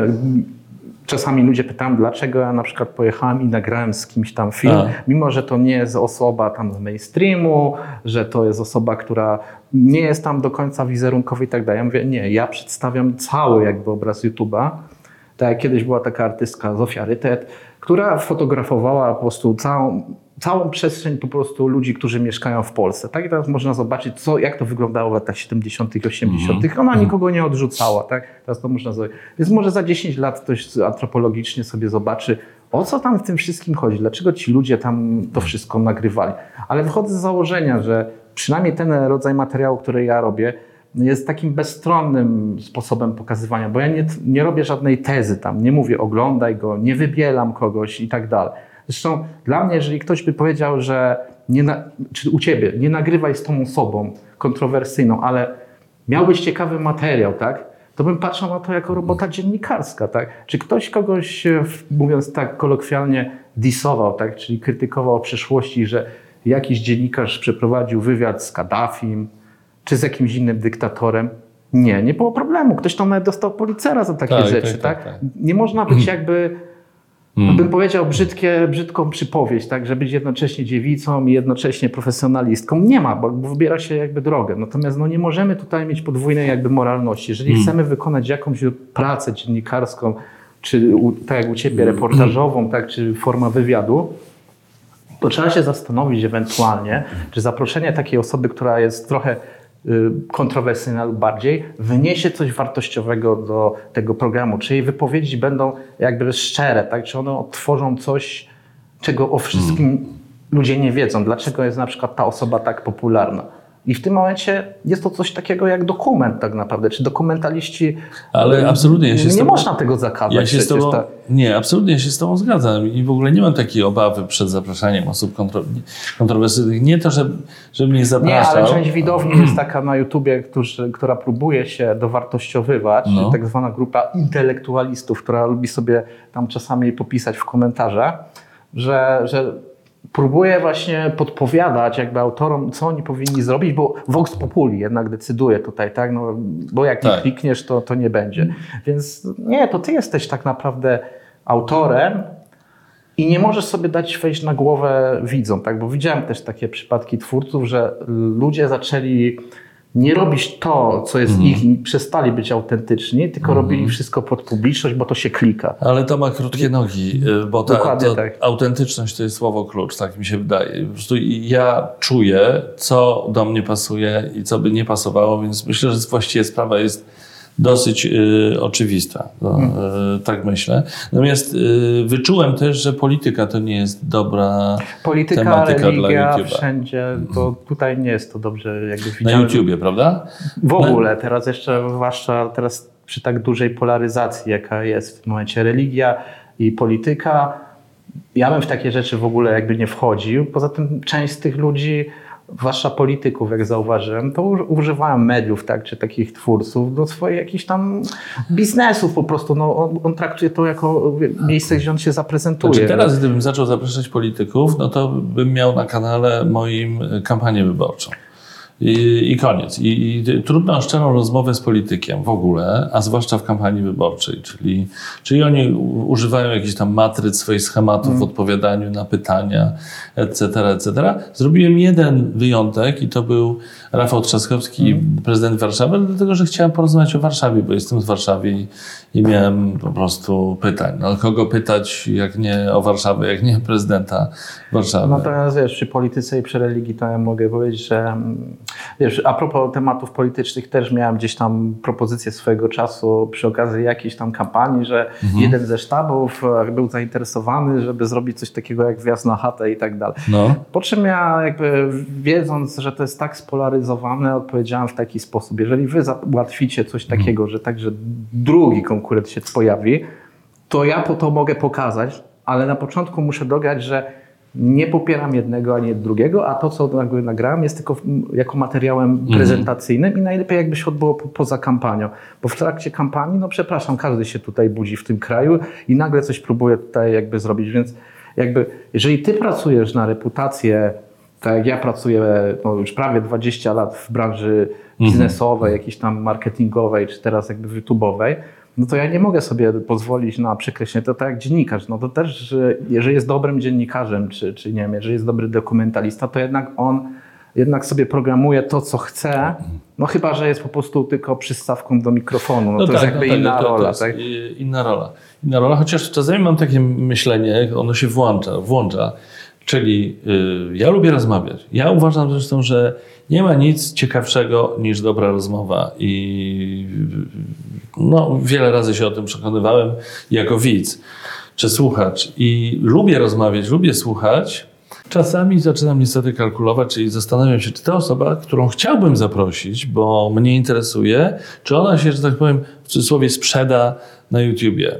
czasami ludzie pytają, dlaczego ja na przykład pojechałem i nagrałem z kimś tam film, mimo że to nie jest osoba tam z mainstreamu, że to jest osoba, która nie jest tam do końca wizerunkowa i tak dalej. Ja mówię, nie, ja przedstawiam cały jakby obraz YouTube'a. Tak jak kiedyś była taka artystka Zofia Rytet, która fotografowała po prostu całą przestrzeń po prostu ludzi, którzy mieszkają w Polsce. Tak? I teraz można zobaczyć, jak to wyglądało w latach 70., 80. Ona nikogo nie odrzucała. Tak? Teraz to można zrobić. Więc może za 10 lat ktoś antropologicznie sobie zobaczy, o co tam w tym wszystkim chodzi, dlaczego ci ludzie tam to wszystko nagrywali. Ale wychodzę z założenia, że przynajmniej ten rodzaj materiału, który ja robię, jest takim bezstronnym sposobem pokazywania, bo ja nie robię żadnej tezy tam, nie mówię oglądaj go, nie wybielam kogoś i tak dalej. Zresztą dla mnie, jeżeli ktoś by powiedział, że czy u ciebie, nie nagrywaj z tą osobą kontrowersyjną, ale miał być ciekawy materiał, tak? To bym patrzył na to jako robota dziennikarska, tak? Czy ktoś kogoś, mówiąc tak kolokwialnie, disował, tak? Czyli krytykował o przeszłości, że jakiś dziennikarz przeprowadził wywiad z Kaddafim, czy z jakimś innym dyktatorem? Nie było problemu. Ktoś tam nawet dostał policera za takie rzeczy, tak? Nie można być jakby, bym powiedział, brzydką przypowieść, tak? Że być jednocześnie dziewicą i jednocześnie profesjonalistką. Nie ma, bo wybiera się jakby drogę. Natomiast nie możemy tutaj mieć podwójnej jakby moralności. Jeżeli chcemy wykonać jakąś pracę dziennikarską, czy tak jak u ciebie reportażową, tak? Czy forma wywiadu, to trzeba się zastanowić ewentualnie, czy zaproszenie takiej osoby, która jest trochę kontrowersyjna lub bardziej, wyniesie coś wartościowego do tego programu, czy jej wypowiedzi będą jakby szczere, tak? Czy one odtworzą coś, czego o wszystkim ludzie nie wiedzą. Dlaczego jest na przykład ta osoba tak popularna? I w tym momencie jest to coś takiego jak dokument tak naprawdę, czy dokumentaliści. Ale absolutnie nie można tego zakazać. Nie, absolutnie ja się z tobą zgadzam i w ogóle nie mam takiej obawy przed zapraszaniem osób kontrowersyjnych. Nie to, że mnie zapraszał. Nie, ale część widowni jest taka na YouTubie, która próbuje się dowartościowywać, tak zwana grupa intelektualistów, która lubi sobie tam czasami popisać w komentarzach, że próbuje właśnie podpowiadać jakby autorom, co oni powinni zrobić, bo Vox Populi jednak decyduje tutaj, tak? No, bo jak nie klikniesz, to nie będzie. Więc nie, to ty jesteś tak naprawdę autorem i nie możesz sobie dać wejść na głowę widzom, tak? Bo widziałem też takie przypadki twórców, że ludzie zaczęli nie robić to, co jest ich i przestali być autentyczni, tylko robili wszystko pod publiczność, bo to się klika. Ale to ma krótkie nogi, bo autentyczność to jest słowo klucz, tak mi się wydaje. Po prostu ja czuję, co do mnie pasuje i co by nie pasowało, więc myślę, że właściwie sprawa jest dosyć oczywista. Tak myślę. Natomiast wyczułem też, że polityka to nie jest dobra tematyka religia, dla YouTube'a. Wszędzie, to tutaj nie jest to dobrze jakby widziane. Na YouTubie, prawda? W ogóle, teraz jeszcze, zwłaszcza teraz przy tak dużej polaryzacji, jaka jest w tym momencie religia i polityka, ja bym w takie rzeczy w ogóle jakby nie wchodził. Poza tym część z tych ludzi, zwłaszcza polityków, jak zauważyłem, to używają mediów, tak, czy takich twórców do swoich jakichś tam biznesów po prostu. No, on traktuje to jako miejsce, gdzie on się zaprezentuje. Znaczy teraz, gdybym zaczął zapraszać polityków, no to bym miał na kanale moim kampanię wyborczą. I koniec. I trudno o szczerą rozmowę z politykiem w ogóle, a zwłaszcza w kampanii wyborczej. Czyli oni używają jakichś tam matryc, swoich schematów w odpowiadaniu na pytania, etc., etc. Zrobiłem jeden wyjątek i to był Rafał Trzaskowski, prezydent Warszawy, dlatego, że chciałem porozmawiać o Warszawie, bo jestem z Warszawy i miałem po prostu pytań. No, kogo pytać, jak nie o Warszawę, jak nie prezydenta Warszawy. Natomiast wiesz, przy polityce i przy religii to ja mogę powiedzieć, że wiesz, a propos tematów politycznych też miałem gdzieś tam propozycję swojego czasu przy okazji jakiejś tam kampanii, że jeden ze sztabów był zainteresowany, żeby zrobić coś takiego jak wjazd na chatę i tak dalej. No. Po czym ja jakby wiedząc, że to jest tak spolaryzowane, odpowiedziałem w taki sposób. Jeżeli wy załatwicie coś takiego, że także drugi konkurent się pojawi, to ja po to mogę pokazać, ale na początku muszę dograć, że nie popieram jednego ani drugiego, a to, co nagrałem, jest tylko jako materiałem prezentacyjnym i najlepiej jakby się odbyło poza kampanią. Bo w trakcie kampanii, no przepraszam, każdy się tutaj budzi w tym kraju i nagle coś próbuje tutaj jakby zrobić, więc jakby jeżeli ty pracujesz na reputację, tak jak ja pracuję już prawie 20 lat w branży biznesowej, jakiejś tam marketingowej, czy teraz jakby YouTube'owej, no to ja nie mogę sobie pozwolić na przekreślenie. To tak jak dziennikarz. No to też, że jeżeli jest dobrym dziennikarzem, czy nie wiem, jeżeli jest dobry dokumentalista, to jednak on sobie programuje to, co chce, no chyba, że jest po prostu tylko przystawką do mikrofonu. No to jest jakby inna rola. Tak? Inna rola, chociaż czasami mam takie myślenie, ono się włącza. Czyli ja lubię rozmawiać. Ja uważam zresztą, że nie ma nic ciekawszego niż dobra rozmowa i no, wiele razy się o tym przekonywałem jako widz czy słuchacz i lubię rozmawiać, lubię słuchać. Czasami zaczynam niestety kalkulować, czyli zastanawiam się, czy ta osoba, którą chciałbym zaprosić, bo mnie interesuje, czy ona się, że tak powiem, w cudzysłowie sprzeda na YouTubie.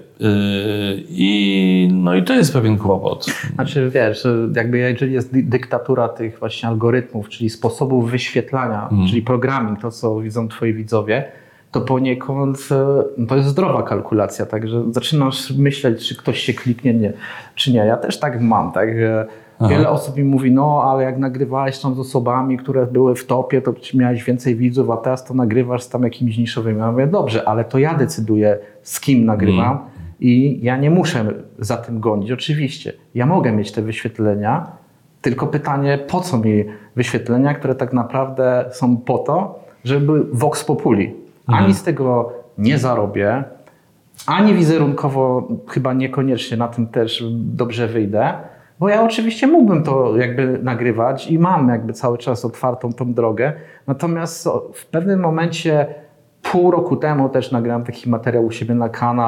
I to jest pewien kłopot. Znaczy wiesz, jakby jeżeli jest dyktatura tych właśnie algorytmów, czyli sposobów wyświetlania, czyli programming, to co widzą twoi widzowie, to poniekąd to jest zdrowa kalkulacja, także zaczynasz myśleć, czy ktoś się kliknie, czy nie. Ja też tak mam, tak? Wiele osób mi mówi, no ale jak nagrywałeś tam z osobami, które były w topie, to miałeś więcej widzów, a teraz to nagrywasz z tam jakimiś niszowymi. Ja mówię, dobrze, ale to ja decyduję, z kim nagrywam i ja nie muszę za tym gonić. Oczywiście, ja mogę mieć te wyświetlenia, tylko pytanie, po co mi wyświetlenia, które tak naprawdę są po to, żeby były Vox Populi. Ani z tego nie zarobię, ani wizerunkowo chyba niekoniecznie na tym też dobrze wyjdę, bo ja oczywiście mógłbym to jakby nagrywać i mam jakby cały czas otwartą tą drogę. Natomiast w pewnym momencie, pół roku temu też nagrałem taki materiał u siebie na kanał,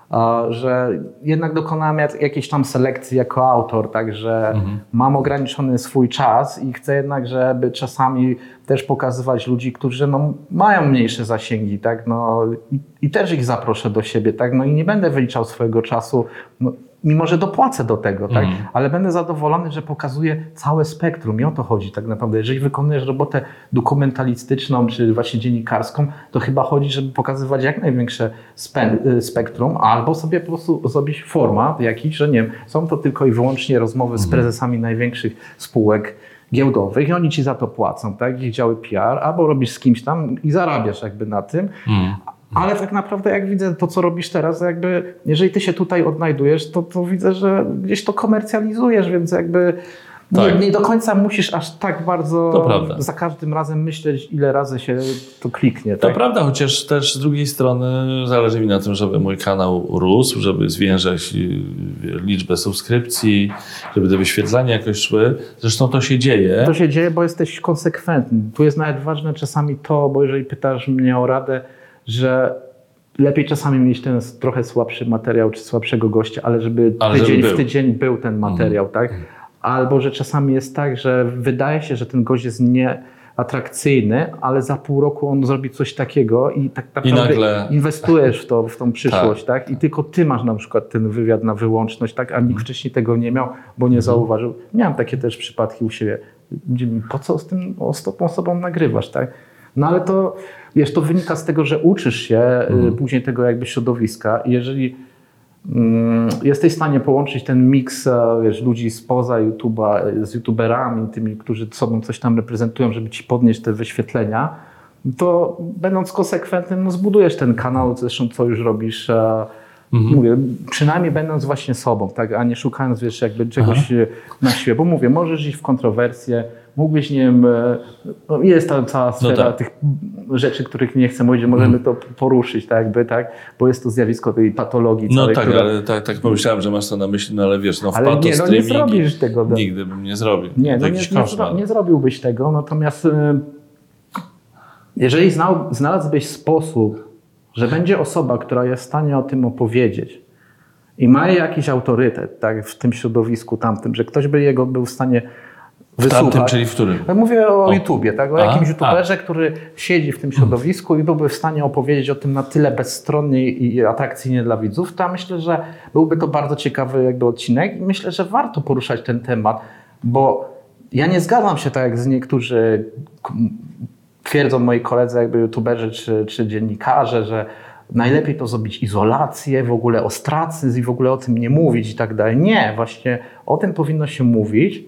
że jednak dokonałem jakiejś tam selekcji jako autor, także mam ograniczony swój czas i chcę jednak, żeby czasami też pokazywać ludzi, którzy no, mają mniejsze zasięgi, tak, no, i też ich zaproszę do siebie, tak, no i nie będę wyliczał swojego czasu, no, mimo że dopłacę do tego, tak, ale będę zadowolony, że pokazuję całe spektrum i o to chodzi tak naprawdę. Jeżeli wykonujesz robotę dokumentalistyczną czy właśnie dziennikarską, to chyba chodzi, żeby pokazywać jak największe spektrum, albo sobie po prostu zrobić format jakiś, że nie wiem, są to tylko i wyłącznie rozmowy z prezesami największych spółek giełdowych i oni ci za to płacą, tak, ich działy PR, albo robisz z kimś tam i zarabiasz jakby na tym. Ale tak naprawdę jak widzę to, co robisz teraz, jakby jeżeli ty się tutaj odnajdujesz, to widzę, że gdzieś to komercjalizujesz, więc jakby nie do końca musisz aż tak bardzo za każdym razem myśleć, ile razy się to kliknie. To prawda, chociaż też z drugiej strony zależy mi na tym, żeby mój kanał rósł, żeby zwiększać liczbę subskrypcji, żeby te wyświetlania jakoś szły. Zresztą to się dzieje. To się dzieje, bo jesteś konsekwentny. Tu jest nawet ważne czasami to, bo jeżeli pytasz mnie o radę, że lepiej czasami mieć ten trochę słabszy materiał czy słabszego gościa, ale żeby tydzień w tydzień był ten materiał, tak? Albo że czasami jest tak, że wydaje się, że ten gość jest nieatrakcyjny, ale za pół roku on zrobi coś takiego i tak naprawdę nagle inwestujesz w tą przyszłość, tak? I tylko ty masz na przykład ten wywiad na wyłączność, tak? A nikt wcześniej tego nie miał, bo nie zauważył. Miałem takie też przypadki u siebie, gdzie po co z tą osobą nagrywasz, tak? No ale to, wiesz, to wynika z tego, że uczysz się później tego jakby środowiska i jeżeli jesteś w stanie połączyć ten miks, wiesz, ludzi spoza YouTube'a z YouTuberami, tymi, którzy sobą coś tam reprezentują, żeby ci podnieść te wyświetlenia, to będąc konsekwentnym, no zbudujesz ten kanał, zresztą co już robisz, mówię, przynajmniej będąc właśnie sobą, tak, a nie szukając, wiesz, jakby czegoś na siłę, bo mówię, możesz iść w kontrowersje, mógłbyś, nie wiem, no jest ta cała sfera tych rzeczy, których nie chcę mówić, że możemy to poruszyć, tak jakby, tak, bo jest to zjawisko tej patologii całej, tak, która... ale tak pomyślałem, że masz to na myśli, no ale wiesz, no w patostreamingi nie zrobisz tego. Nigdy bym nie zrobił. Nie zrobiłbyś tego, natomiast jeżeli znalazłbyś sposób, że będzie osoba, która jest w stanie o tym opowiedzieć i ma jakiś autorytet, tak, w tym środowisku tamtym, że ktoś by jego był w stanie wysłuchać. W tamtym, czyli w którym? Ja mówię o YouTubie, tak? O jakimś YouTuberze, który siedzi w tym środowisku i byłby w stanie opowiedzieć o tym na tyle bezstronnie i atrakcyjnie dla widzów, to ja myślę, że byłby to bardzo ciekawy jakby odcinek i myślę, że warto poruszać ten temat, bo ja nie zgadzam się tak jak z niektórzy twierdzą moi koledzy jakby YouTuberzy czy dziennikarze, że najlepiej to zrobić izolację, w ogóle ostracyzm i w ogóle o tym nie mówić i tak dalej. Nie, właśnie o tym powinno się mówić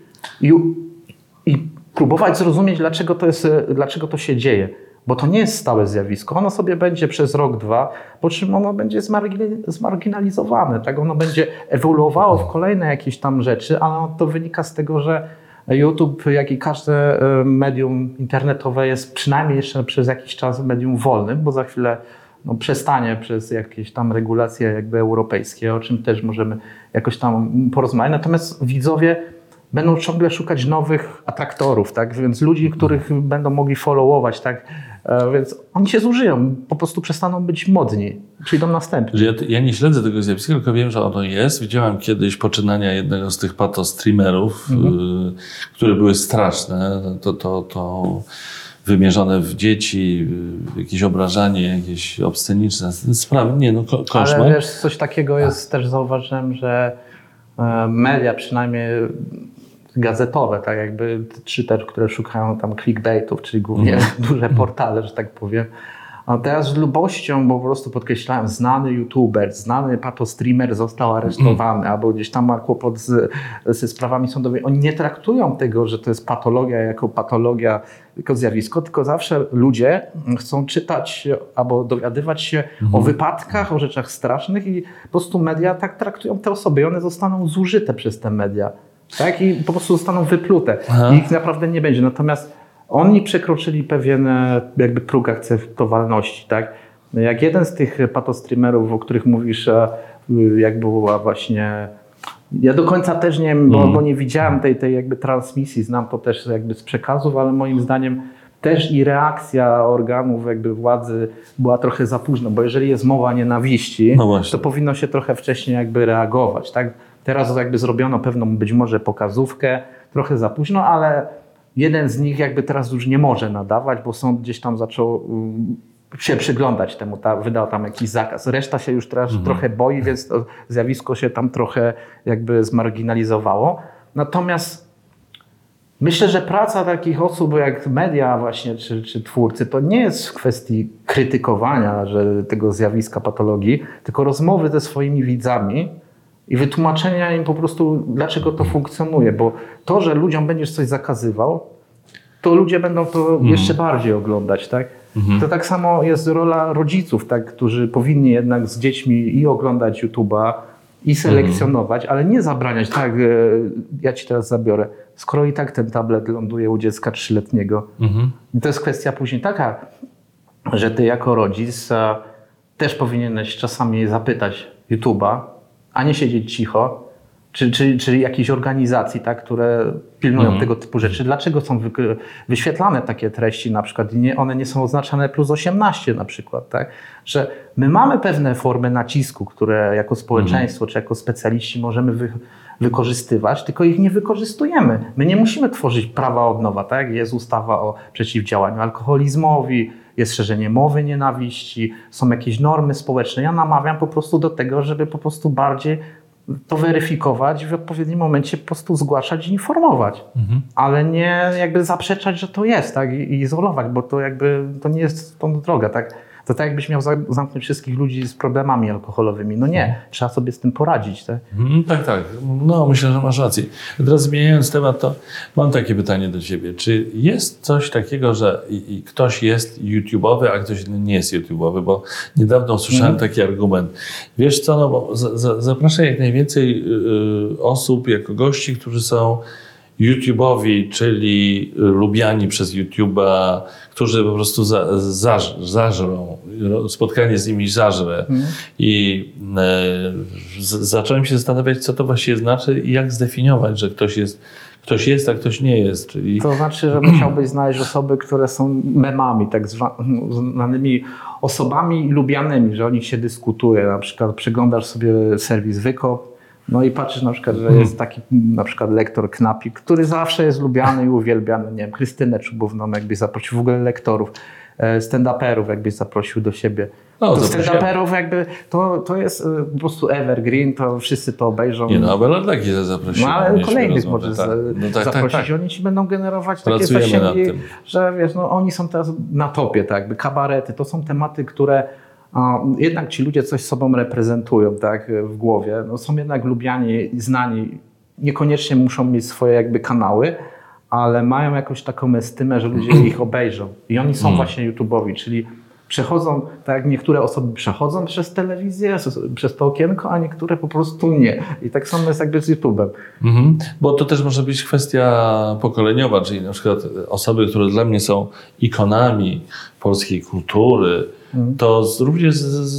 i próbować zrozumieć, dlaczego to się dzieje. Bo to nie jest stałe zjawisko. Ono sobie będzie przez rok, dwa, po czym ono będzie zmarginalizowane. Tak? Ono będzie ewoluowało w kolejne jakieś tam rzeczy, ale to wynika z tego, że YouTube, jak i każde medium internetowe jest przynajmniej jeszcze przez jakiś czas medium wolnym, bo za chwilę przestanie przez jakieś tam regulacje jakby europejskie, o czym też możemy jakoś tam porozmawiać. Natomiast widzowie będą ciągle szukać nowych atraktorów, tak? Więc ludzi, których będą mogli followować, tak? Więc oni się zużyją, po prostu przestaną być modni, przyjdą następni. Ja nie śledzę tego zjawiska, tylko wiem, że ono jest. Widziałem kiedyś poczynania jednego z tych patostreamerów, które były straszne. To wymierzone w dzieci, jakieś obrażanie, jakieś obsceniczne sprawy. Nie, no koszmar. Ale wiesz, coś takiego jest, też zauważyłem, że media, przynajmniej gazetowe, tak jakby czy też, które szukają tam clickbaitów, czyli głównie duże portale, że tak powiem. A teraz z lubością, bo po prostu podkreślałem, znany youtuber, znany patostreamer został aresztowany, albo gdzieś tam ma kłopot ze sprawami sądowymi. Oni nie traktują tego, że to jest patologia jako zjawisko, tylko zawsze ludzie chcą czytać albo dowiadywać się o wypadkach, o rzeczach strasznych i po prostu media tak traktują te osoby i one zostaną zużyte przez te media. Tak? I po prostu zostaną wyplute. I ich naprawdę nie będzie. Natomiast oni przekroczyli pewien jakby próg akceptowalności. Tak? Jak jeden z tych patostreamerów, o których mówisz, jak była właśnie... Ja do końca też nie wiem, bo nie widziałem tej jakby transmisji, znam to też jakby z przekazów, ale moim zdaniem też i reakcja organów jakby władzy była trochę za późno, bo jeżeli jest mowa nienawiści, to powinno się trochę wcześniej jakby reagować. Tak? Teraz jakby zrobiono pewną być może pokazówkę, trochę za późno, ale jeden z nich jakby teraz już nie może nadawać, bo sąd gdzieś tam zaczął się przyglądać temu, wydał tam jakiś zakaz. Reszta się już teraz trochę boi, więc to zjawisko się tam trochę jakby zmarginalizowało. Natomiast myślę, że praca takich osób jak media właśnie, czy twórcy, to nie jest w kwestii krytykowania tego zjawiska patologii, tylko rozmowy ze swoimi widzami i wytłumaczenia im po prostu, dlaczego to funkcjonuje. Bo to, że ludziom będziesz coś zakazywał, to ludzie będą to jeszcze bardziej oglądać, tak? To tak samo jest rola rodziców, tak, którzy powinni jednak z dziećmi i oglądać YouTube'a, i selekcjonować, ale nie zabraniać, tak, ja ci teraz zabiorę, skoro i tak ten tablet ląduje u dziecka 3-letniego. I to jest kwestia później taka, że ty jako rodzic też powinieneś czasami zapytać YouTube'a, a nie siedzieć cicho, czy jakiejś organizacji, tak, które pilnują tego typu rzeczy. Dlaczego są wyświetlane takie treści na przykład i one nie są oznaczane +18 na przykład, tak? Że my mamy pewne formy nacisku, które jako społeczeństwo czy jako specjaliści możemy wykorzystywać, tylko ich nie wykorzystujemy. My nie musimy tworzyć prawa od nowa, tak? Jest ustawa o przeciwdziałaniu alkoholizmowi, jest szerzenie mowy nienawiści, są jakieś normy społeczne. Ja namawiam po prostu do tego, żeby po prostu bardziej to weryfikować i w odpowiednim momencie po prostu zgłaszać i informować. Ale nie jakby zaprzeczać, że to jest, tak? I izolować, bo to jakby to nie jest tą droga, tak? To tak jakbyś miał zamknąć wszystkich ludzi z problemami alkoholowymi. No nie, trzeba sobie z tym poradzić, tak? Tak. No myślę, że masz rację. Teraz zmieniając temat, to mam takie pytanie do ciebie. Czy jest coś takiego, że ktoś jest YouTube'owy, a ktoś nie jest YouTube'owy? Bo niedawno usłyszałem taki argument. Wiesz co, no bo zapraszam jak najwięcej osób jako gości, którzy są YouTube'owi, czyli lubiani przez YouTube'a, którzy po prostu zażrą, spotkanie z nimi zażre. I zacząłem się zastanawiać, co to właściwie znaczy i jak zdefiniować, że ktoś jest, a ktoś nie jest. Czyli... To znaczy, że musiałbyś znaleźć osoby, które są memami, tak zwanymi osobami lubianymi, że o nich się dyskutuje. Na przykład przeglądasz sobie serwis Wykop, no i patrzysz na przykład, że jest taki na przykład lektor Knapik, który zawsze jest lubiany i uwielbiany. Nie wiem, Krystynę Czubówną jakbyś zaprosił, w ogóle lektorów, stand-uperów jakbyś zaprosił do siebie. No, to stand-uperów jakby, to jest po prostu evergreen, to wszyscy to obejrzą. Nie no, ale taki zaprosił. No ale kolejnych możesz zaprosić. Tak. Oni ci będą generować takie zasięgi, że wiesz, no oni są teraz na topie, tak jakby kabarety, to są tematy, które jednak ci ludzie coś sobą reprezentują, tak, w głowie. No, są jednak lubiani, znani. Niekoniecznie muszą mieć swoje jakby kanały, ale mają jakąś taką estymę, że ludzie ich obejrzą. I oni są właśnie YouTube'owi, czyli przechodzą, tak jak niektóre osoby przechodzą przez telewizję, przez to okienko, a niektóre po prostu nie. I tak samo jest jakby z YouTube'em. Bo to też może być kwestia pokoleniowa, czyli na przykład osoby, które dla mnie są ikonami polskiej kultury, to również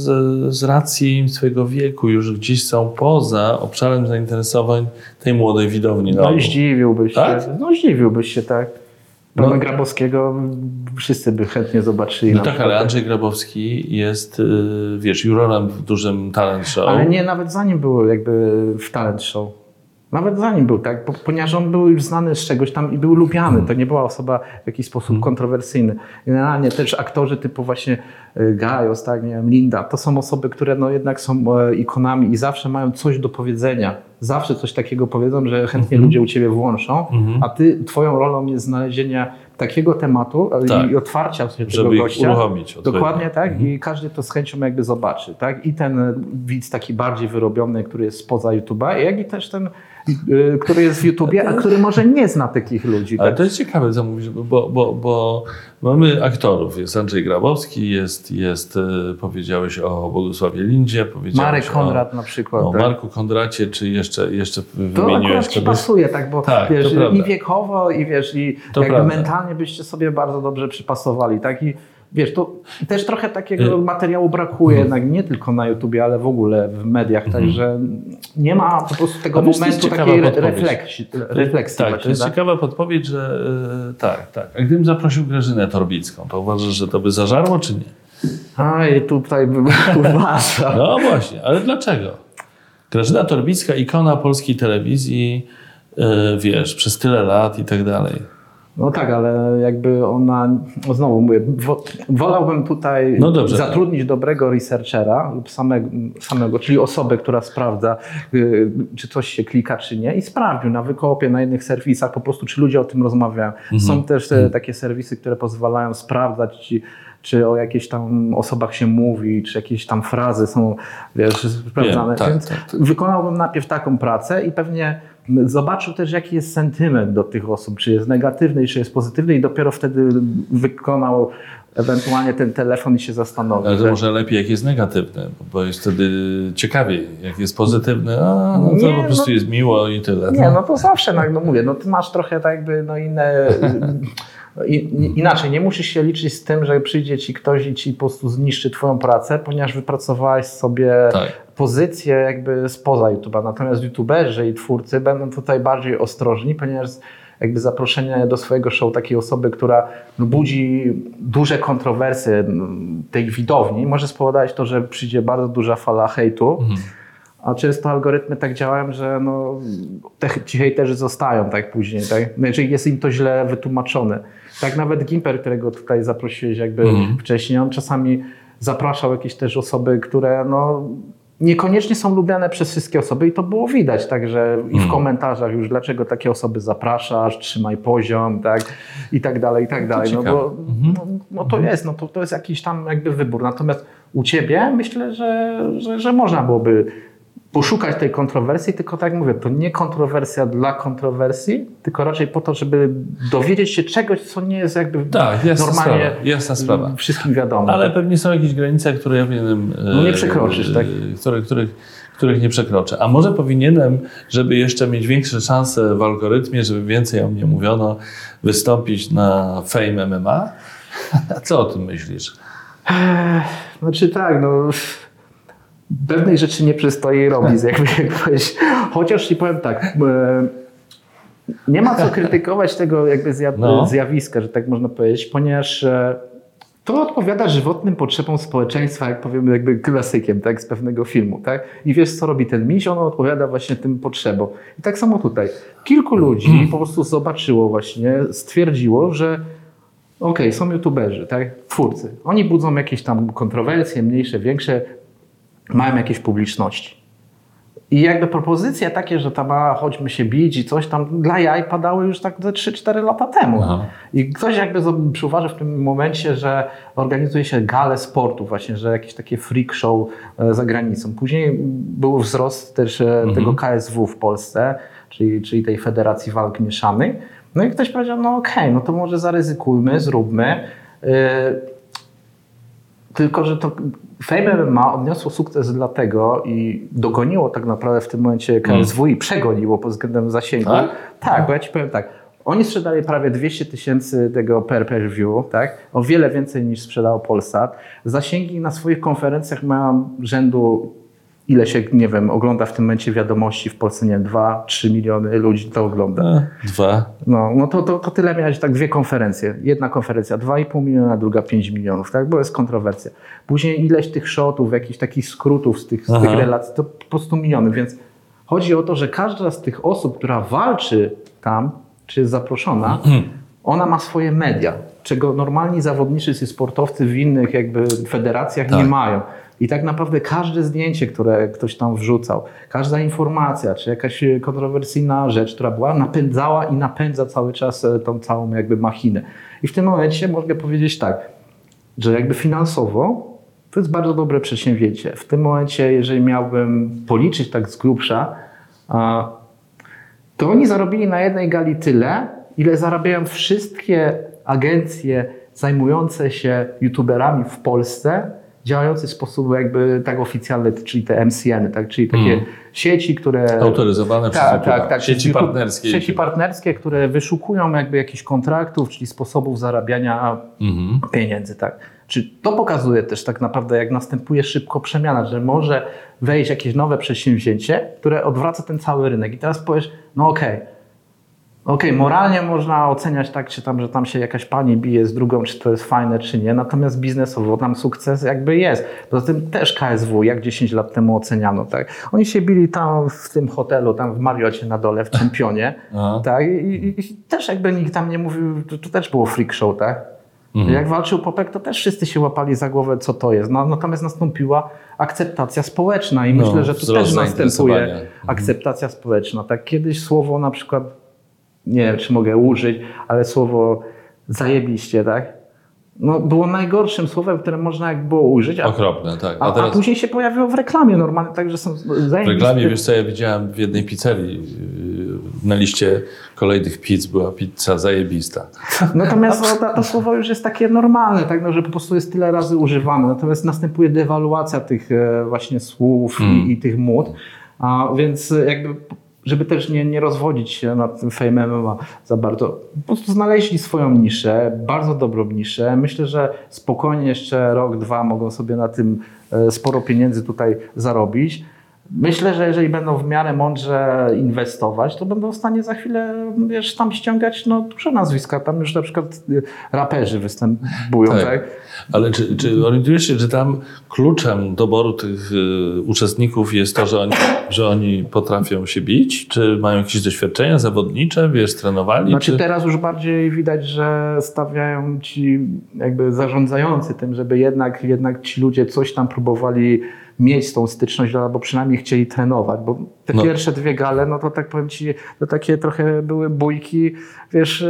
z racji swojego wieku już gdzieś są poza obszarem zainteresowań tej młodej widowni. No i zdziwiłbyś się. No zdziwiłbyś się, tak. Pana Grabowskiego wszyscy by chętnie zobaczyli. No tak, ale Andrzej Grabowski jest, wiesz, jurorem w dużym talent show. Ale nie, nawet zanim był jakby w talent show. Nawet zanim był, tak, ponieważ on był już znany z czegoś tam i był lubiany. To nie była osoba w jakiś sposób kontrowersyjny. Generalnie też aktorzy typu właśnie Gajos, tak, nie wiem, Linda, to są osoby, które no jednak są ikonami i zawsze mają coś do powiedzenia. Zawsze coś takiego powiedzą, że chętnie ludzie u ciebie włączą, a twoją rolą jest znalezienia takiego tematu i otwarcia sobie tego gościa. Uruchomić. Dokładnie tak i każdy to z chęcią jakby zobaczy. Tak? I ten widz taki bardziej wyrobiony, który jest spoza YouTube'a, jak i też ten, który jest w YouTubie, a który może nie zna takich ludzi. Ale tak? to jest ciekawe, co mówisz, bo mamy aktorów. Jest Andrzej Grabowski, jest powiedziałeś o Bogusławie Lindzie, Marek Konrad na przykład. O Marku Kondracie, czy jeszcze to akurat ci pasuje, tak, bo wiesz, i wiekowo, i wiesz, i jakby mentalnie byście sobie bardzo dobrze przypasowali, tak, i wiesz, to też trochę takiego materiału brakuje, jednak nie tylko na YouTubie, ale w ogóle w mediach, także nie ma po prostu tego momentu takiej refleksji. Tak, to jest ciekawa podpowiedź, że tak. A gdybym zaprosił Grażynę Torbicką, to uważasz, że to by zażarło, czy nie? Aj, tutaj bym uważał. No właśnie, ale dlaczego? Grażyna Torbicka, ikona polskiej telewizji, wiesz, przez tyle lat i tak dalej. No tak, ale jakby ona, znowu mówię, wolałbym tutaj zatrudnić dobrego researchera lub samego, czyli osobę, która sprawdza, czy coś się klika, czy nie, i sprawdził na Wykopie, na innych serwisach po prostu, czy ludzie o tym rozmawiają. Są też takie serwisy, które pozwalają sprawdzać, czy o jakichś tam osobach się mówi, czy jakieś tam frazy są, wiesz, sprawdzane. Więc wykonałbym najpierw taką pracę i pewnie zobaczył też, jaki jest sentyment do tych osób, czy jest negatywny, czy jest pozytywny, i dopiero wtedy wykonał ewentualnie ten telefon i się zastanowił. Ale to może lepiej, jak jest negatywny, bo jest wtedy ciekawiej. Jak jest pozytywny, to po prostu jest miło i tyle. Nie, no to zawsze, mówię, ty masz trochę tak jakby inne... Inaczej, nie musisz się liczyć z tym, że przyjdzie ci ktoś i ci po prostu zniszczy twoją pracę, ponieważ wypracowałeś sobie pozycję jakby spoza YouTube'a. Natomiast YouTuberzy i twórcy będą tutaj bardziej ostrożni, ponieważ jakby zaproszenie do swojego show takiej osoby, która budzi duże kontrowersje tej widowni, może spowodować to, że przyjdzie bardzo duża fala hejtu. A często algorytmy tak działają, że ci hejterzy zostają tak później, tak? Jeżeli jest im to źle wytłumaczone. Tak nawet Gimper, którego tutaj zaprosiłeś jakby wcześniej, on czasami zapraszał jakieś też osoby, które niekoniecznie są lubiane przez wszystkie osoby i to było widać, także i w komentarzach już, dlaczego takie osoby zapraszasz, trzymaj poziom, tak? I tak dalej, i tak dalej. To jest jakiś tam jakby wybór. Natomiast u ciebie myślę, że można byłoby poszukać tej kontrowersji, tylko tak jak mówię, to nie kontrowersja dla kontrowersji, tylko raczej po to, żeby dowiedzieć się czegoś, co nie jest jakby normalnie jasna sprawa. Wszystkim wiadomo. Ale pewnie są jakieś granice, które ja powinienem... nie przekroczysz, tak? Których nie przekroczę. A może powinienem, żeby jeszcze mieć większe szanse w algorytmie, żeby więcej o mnie mówiono, wystąpić na Fame MMA? A co o tym myślisz? Pewnej rzeczy nie przystoi robić, jakbyś. Chociaż ci powiem tak, nie ma co krytykować tego jakby zjawiska, że tak można powiedzieć, ponieważ to odpowiada żywotnym potrzebom społeczeństwa, jak powiemy jakby klasykiem, tak, z pewnego filmu, tak? I wiesz, co robi ten miś, on odpowiada właśnie tym potrzebom. I tak samo tutaj. Kilku ludzi po prostu zobaczyło właśnie, stwierdziło, że są youtuberzy, tak, twórcy. Oni budzą jakieś tam kontrowersje, mniejsze, większe, mają jakieś publiczności. I jakby propozycje takie, że tam chodźmy się bić i coś tam dla jaj padały już tak ze 3-4 lata temu. Aha. I ktoś jakby przyuważył w tym momencie, że organizuje się gale sportu właśnie, że jakieś takie freak show za granicą. Później był wzrost też tego KSW w Polsce, czyli tej Federacji Walk Mieszanych. No i ktoś powiedział, to może zaryzykujmy, zróbmy. Tylko że to Fame MMA odniosło sukces dlatego i dogoniło tak naprawdę w tym momencie KSW i przegoniło pod względem zasięgu. Tak, bo ja ci powiem tak, oni sprzedali prawie 200 000 tego per view, tak? O wiele więcej niż sprzedał Polsat. Zasięgi na swoich konferencjach mają rzędu, ile się, nie wiem, ogląda w tym momencie wiadomości w Polsce, nie wiem, 2-3 miliony ludzi to ogląda. 2. To tyle miałeś, tak, 2 konferencje. Jedna konferencja 2,5 miliona, druga 5 milionów, tak? Bo jest kontrowersja. Później ileś tych shotów, jakichś takich skrótów z tych relacji, to po prostu miliony. Więc chodzi o to, że każda z tych osób, która walczy tam, czy jest zaproszona, ona ma swoje media, czego normalni zawodniczy i sportowcy w innych jakby federacjach nie mają. I tak naprawdę każde zdjęcie, które ktoś tam wrzucał, każda informacja, czy jakaś kontrowersyjna rzecz, która była, napędzała i napędza cały czas tą całą jakby machinę. I w tym momencie mogę powiedzieć tak, że jakby finansowo to jest bardzo dobre przedsięwzięcie. W tym momencie, jeżeli miałbym policzyć tak z grubsza, to oni zarobili na jednej gali tyle, ile zarabiają wszystkie agencje zajmujące się youtuberami w Polsce, działający w sposób jakby tak oficjalny, czyli te MCN-y, tak? Czyli takie sieci, które... Autoryzowane przez YouTube. Sieci partnerskie. Sieci partnerskie, które wyszukują jakby jakichś kontraktów, czyli sposobów zarabiania pieniędzy, tak? Czy to pokazuje też tak naprawdę, jak następuje szybko przemiana, że może wejść jakieś nowe przedsięwzięcie, które odwraca ten cały rynek. I teraz powiesz, no okej, moralnie można oceniać tak, czy tam, że tam się jakaś pani bije z drugą, czy to jest fajne, czy nie, natomiast biznesowo tam sukces jakby jest. Poza tym też KSW, jak 10 lat temu oceniano, tak? Oni się bili tam w tym hotelu, tam w Marriocie na dole, w Czempionie, tak? I też jakby nikt tam nie mówił, to też było freak show, tak? Jak walczył Popek, to też wszyscy się łapali za głowę, co to jest. No, natomiast nastąpiła akceptacja społeczna i myślę, że tu też następuje akceptacja społeczna. Tak, kiedyś słowo na przykład, nie wiem, czy mogę użyć, ale słowo zajebiście, tak? No, było najgorszym słowem, które można jak było użyć. Okropne, tak. A później się pojawiło w reklamie normalnie, tak, że są zajebiste. W reklamie, wiesz co, ja widziałem w jednej pizzerii, na liście kolejnych pizz była pizza zajebista. Natomiast to słowo już jest takie normalne, tak, no, że po prostu jest tyle razy używane. Natomiast następuje dewaluacja tych właśnie słów i tych mód. Więc jakby, żeby też nie rozwodzić się nad tym Fame MMA za bardzo, po prostu znaleźli swoją niszę, bardzo dobrą niszę. Myślę, że spokojnie jeszcze rok, 2 mogą sobie na tym sporo pieniędzy tutaj zarobić. Myślę, że jeżeli będą w miarę mądrze inwestować, to będą w stanie za chwilę, wiesz, tam ściągać duże nazwiska. Tam już na przykład raperzy występują, tak? Ale czy orientujesz się, że tam kluczem doboru tych uczestników jest to, że oni potrafią się bić? Czy mają jakieś doświadczenia zawodnicze, wiesz, trenowali? Znaczy teraz już bardziej widać, że stawiają ci jakby zarządzający tym, żeby jednak ci ludzie coś tam próbowali mieć tą styczność, albo przynajmniej chcieli trenować, bo te pierwsze 2 gale, no to tak powiem ci, to takie trochę były bójki, wiesz,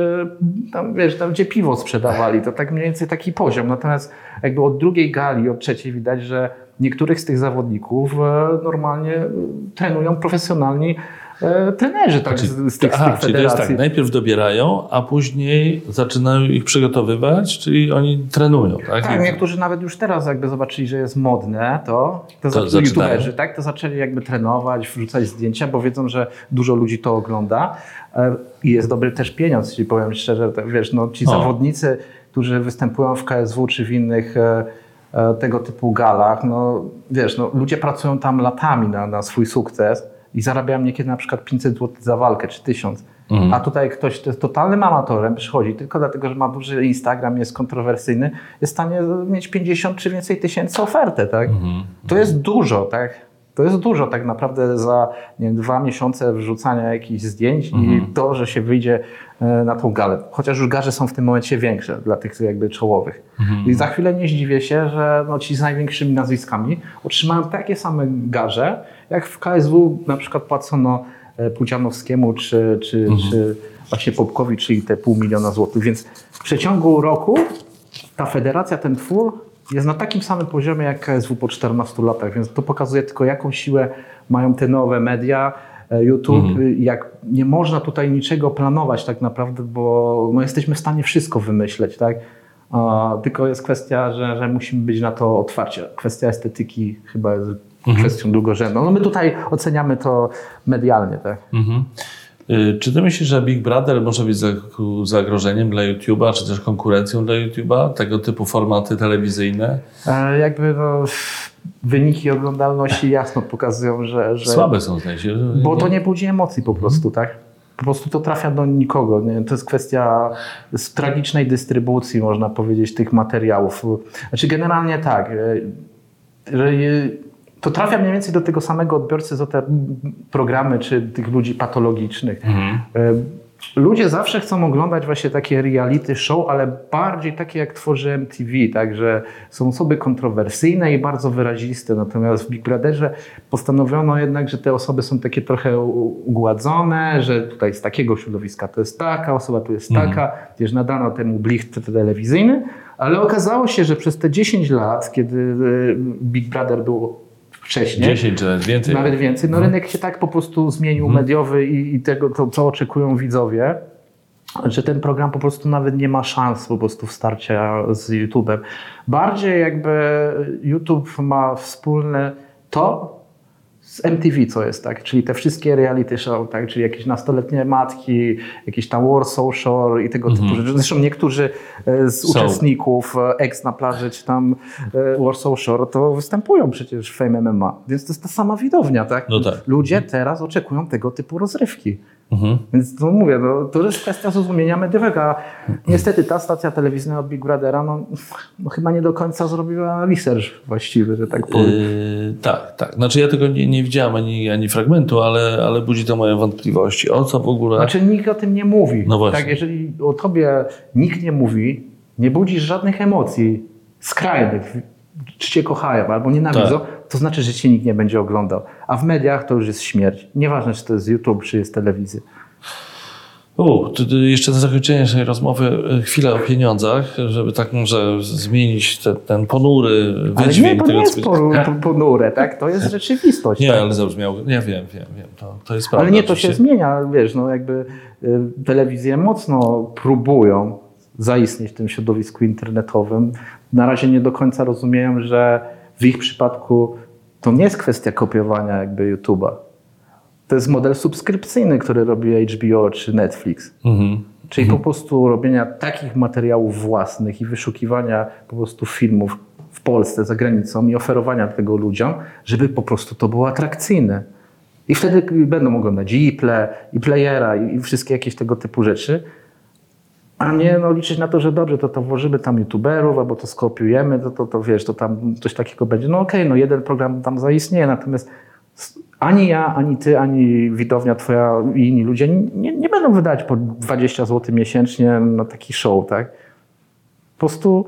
tam gdzie piwo sprzedawali, to tak mniej więcej taki poziom. Natomiast jakby od 2 gali, od 3 widać, że niektórych z tych zawodników normalnie trenują profesjonalni trenerzy tak, z tych federacji. Czyli to jest tak, najpierw dobierają, a później zaczynają ich przygotowywać, czyli oni trenują, tak? Tak, niektórzy nawet już teraz jakby zobaczyli, że jest modne, to youtuberzy, tak, to zaczęli jakby trenować, wrzucać zdjęcia, bo wiedzą, że dużo ludzi to ogląda i jest dobry też pieniądz, czyli powiem szczerze, wiesz, no ci zawodnicy, którzy występują w KSW czy w innych tego typu galach, no wiesz, no ludzie pracują tam latami na swój sukces i zarabiają niekiedy na przykład 500 zł za walkę, czy 1000. A tutaj ktoś, kto jest totalnym amatorem, przychodzi tylko dlatego, że ma duży Instagram, jest kontrowersyjny, jest w stanie mieć 50 czy więcej tysięcy ofertę, tak? To jest dużo, tak? To jest dużo tak naprawdę za 2 miesiące wrzucania jakichś zdjęć i to, że się wyjdzie na tą galę. Chociaż już garze są w tym momencie większe dla tych jakby czołowych. I za chwilę nie zdziwię się, że ci z największymi nazwiskami otrzymają takie same garze, jak w KSW na przykład płacono Pudzianowskiemu czy właśnie Popkowi, czyli te 500 000 złotych. Więc w przeciągu roku ta federacja, ten twór jest na takim samym poziomie jak KSW po 14 latach, więc to pokazuje tylko, jaką siłę mają te nowe media, YouTube, jak nie można tutaj niczego planować tak naprawdę, bo no, jesteśmy w stanie wszystko wymyśleć, tak? Tylko jest kwestia, że musimy być na to otwarci. Kwestia estetyki chyba jest kwestią drugorzędną. No my tutaj oceniamy to medialnie, tak? Czy ty myślisz, że Big Brother może być zagrożeniem dla YouTube'a, czy też konkurencją dla YouTube'a? Tego typu formaty telewizyjne? Jakby wyniki oglądalności jasno pokazują, że słabe są, zdaje się. Bo to nie budzi emocji po prostu, tak? Po prostu to trafia do nikogo. Nie? To jest kwestia tragicznej dystrybucji, można powiedzieć, tych materiałów. Znaczy generalnie tak, że to trafia mniej więcej do tego samego odbiorcy, co te programy, czy tych ludzi patologicznych. Ludzie zawsze chcą oglądać właśnie takie reality show, ale bardziej takie jak tworzy MTV, także są osoby kontrowersyjne i bardzo wyraziste. Natomiast w Big Brotherze postanowiono jednak, że te osoby są takie trochę ugładzone, że tutaj z takiego środowiska to jest taka, osoba tu jest taka, gdzież nadano temu blicht telewizyjny, ale okazało się, że przez te 10 lat, kiedy Big Brother był wcześniej. 10 czy nawet więcej. Nawet więcej. No rynek się tak po prostu zmienił mediowy i tego, to, co oczekują widzowie, że ten program po prostu nawet nie ma szans po prostu starcia z YouTube'em. Bardziej jakby YouTube ma wspólne to z MTV, co jest, tak? Czyli te wszystkie reality show, tak? Czyli jakieś nastoletnie matki, jakieś tam Warsaw Shore i tego typu rzeczy. Zresztą niektórzy z uczestników Ex na plaży, czy tam Warsaw Shore, to występują przecież w Fame MMA. Więc to jest ta sama widownia, tak? No tak. Ludzie teraz oczekują tego typu rozrywki. Więc to mówię, to jest kwestia zrozumienia mediowego. A niestety ta stacja telewizyjna od Big Brothera no chyba nie do końca zrobiła research właściwy, że tak powiem. Tak. Znaczy ja tego nie widziałem ani fragmentu, ale budzi to moje wątpliwości. O co w ogóle... Znaczy nikt o tym nie mówi. No właśnie. Tak, jeżeli o tobie nikt nie mówi, nie budzisz żadnych emocji skrajnych, czy cię kochają albo nienawidzą, to znaczy, że cię nikt nie będzie oglądał. A w mediach to już jest śmierć. Nieważne, czy to jest YouTube, czy jest telewizja. To jeszcze na zakończenie naszej rozmowy chwilę o pieniądzach, żeby tak może zmienić ten ponury wydźwięk. Ale nie, to nie jest ponure, tak? To jest rzeczywistość. Nie, tak? ale zabrzmiało. Ja wiem. To jest prawda. Ale nie, to się zmienia. Wiesz, jakby telewizje mocno próbują zaistnieć w tym środowisku internetowym. Na razie nie do końca rozumieją, że w ich przypadku to nie jest kwestia kopiowania jakby YouTube'a. To jest model subskrypcyjny, który robi HBO czy Netflix. Czyli po prostu robienia takich materiałów własnych i wyszukiwania po prostu filmów w Polsce, za granicą i oferowania tego ludziom, żeby po prostu to było atrakcyjne. I wtedy będą oglądać i Playera, i wszystkie jakieś tego typu rzeczy. A nie liczyć na to, że dobrze, to włożymy tam youtuberów, albo to skopiujemy, to wiesz, to tam coś takiego będzie. Jeden program tam zaistnieje, natomiast ani ja, ani ty, ani widownia twoja i inni ludzie nie będą wydawać po 20 zł miesięcznie na taki show, tak? Po prostu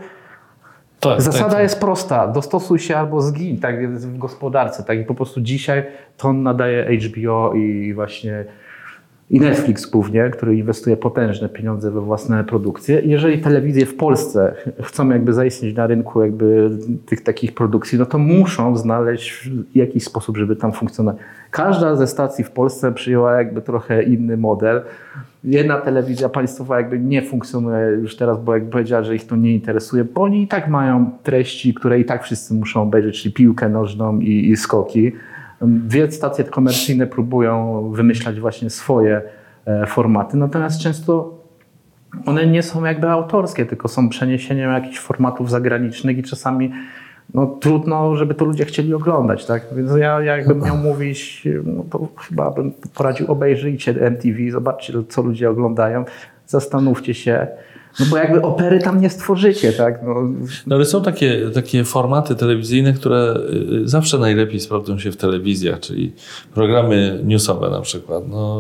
zasada jest prosta. Dostosuj się albo zgin, tak jest w gospodarce, tak? I po prostu dzisiaj to nadaje HBO i właśnie i Netflix głównie, który inwestuje potężne pieniądze we własne produkcje. Jeżeli telewizje w Polsce chcą jakby zaistnieć na rynku jakby tych takich produkcji, no to muszą znaleźć jakiś sposób, żeby tam funkcjonować. Każda ze stacji w Polsce przyjęła jakby trochę inny model. Jedna telewizja państwowa jakby nie funkcjonuje już teraz, bo jakby powiedziała, że ich to nie interesuje, bo oni i tak mają treści, które i tak wszyscy muszą obejrzeć, czyli piłkę nożną i skoki. Dwie stacje komercyjne próbują wymyślać właśnie swoje formaty, natomiast często one nie są jakby autorskie, tylko są przeniesieniem jakichś formatów zagranicznych i czasami trudno, żeby to ludzie chcieli oglądać, tak? Więc ja jakbym miał mówić, to chyba bym poradził, obejrzyjcie MTV, zobaczcie, co ludzie oglądają, zastanówcie się. Bo jakby opery tam nie stworzycie, tak? Ale są takie formaty telewizyjne, które zawsze najlepiej sprawdzą się w telewizjach, czyli programy newsowe na przykład.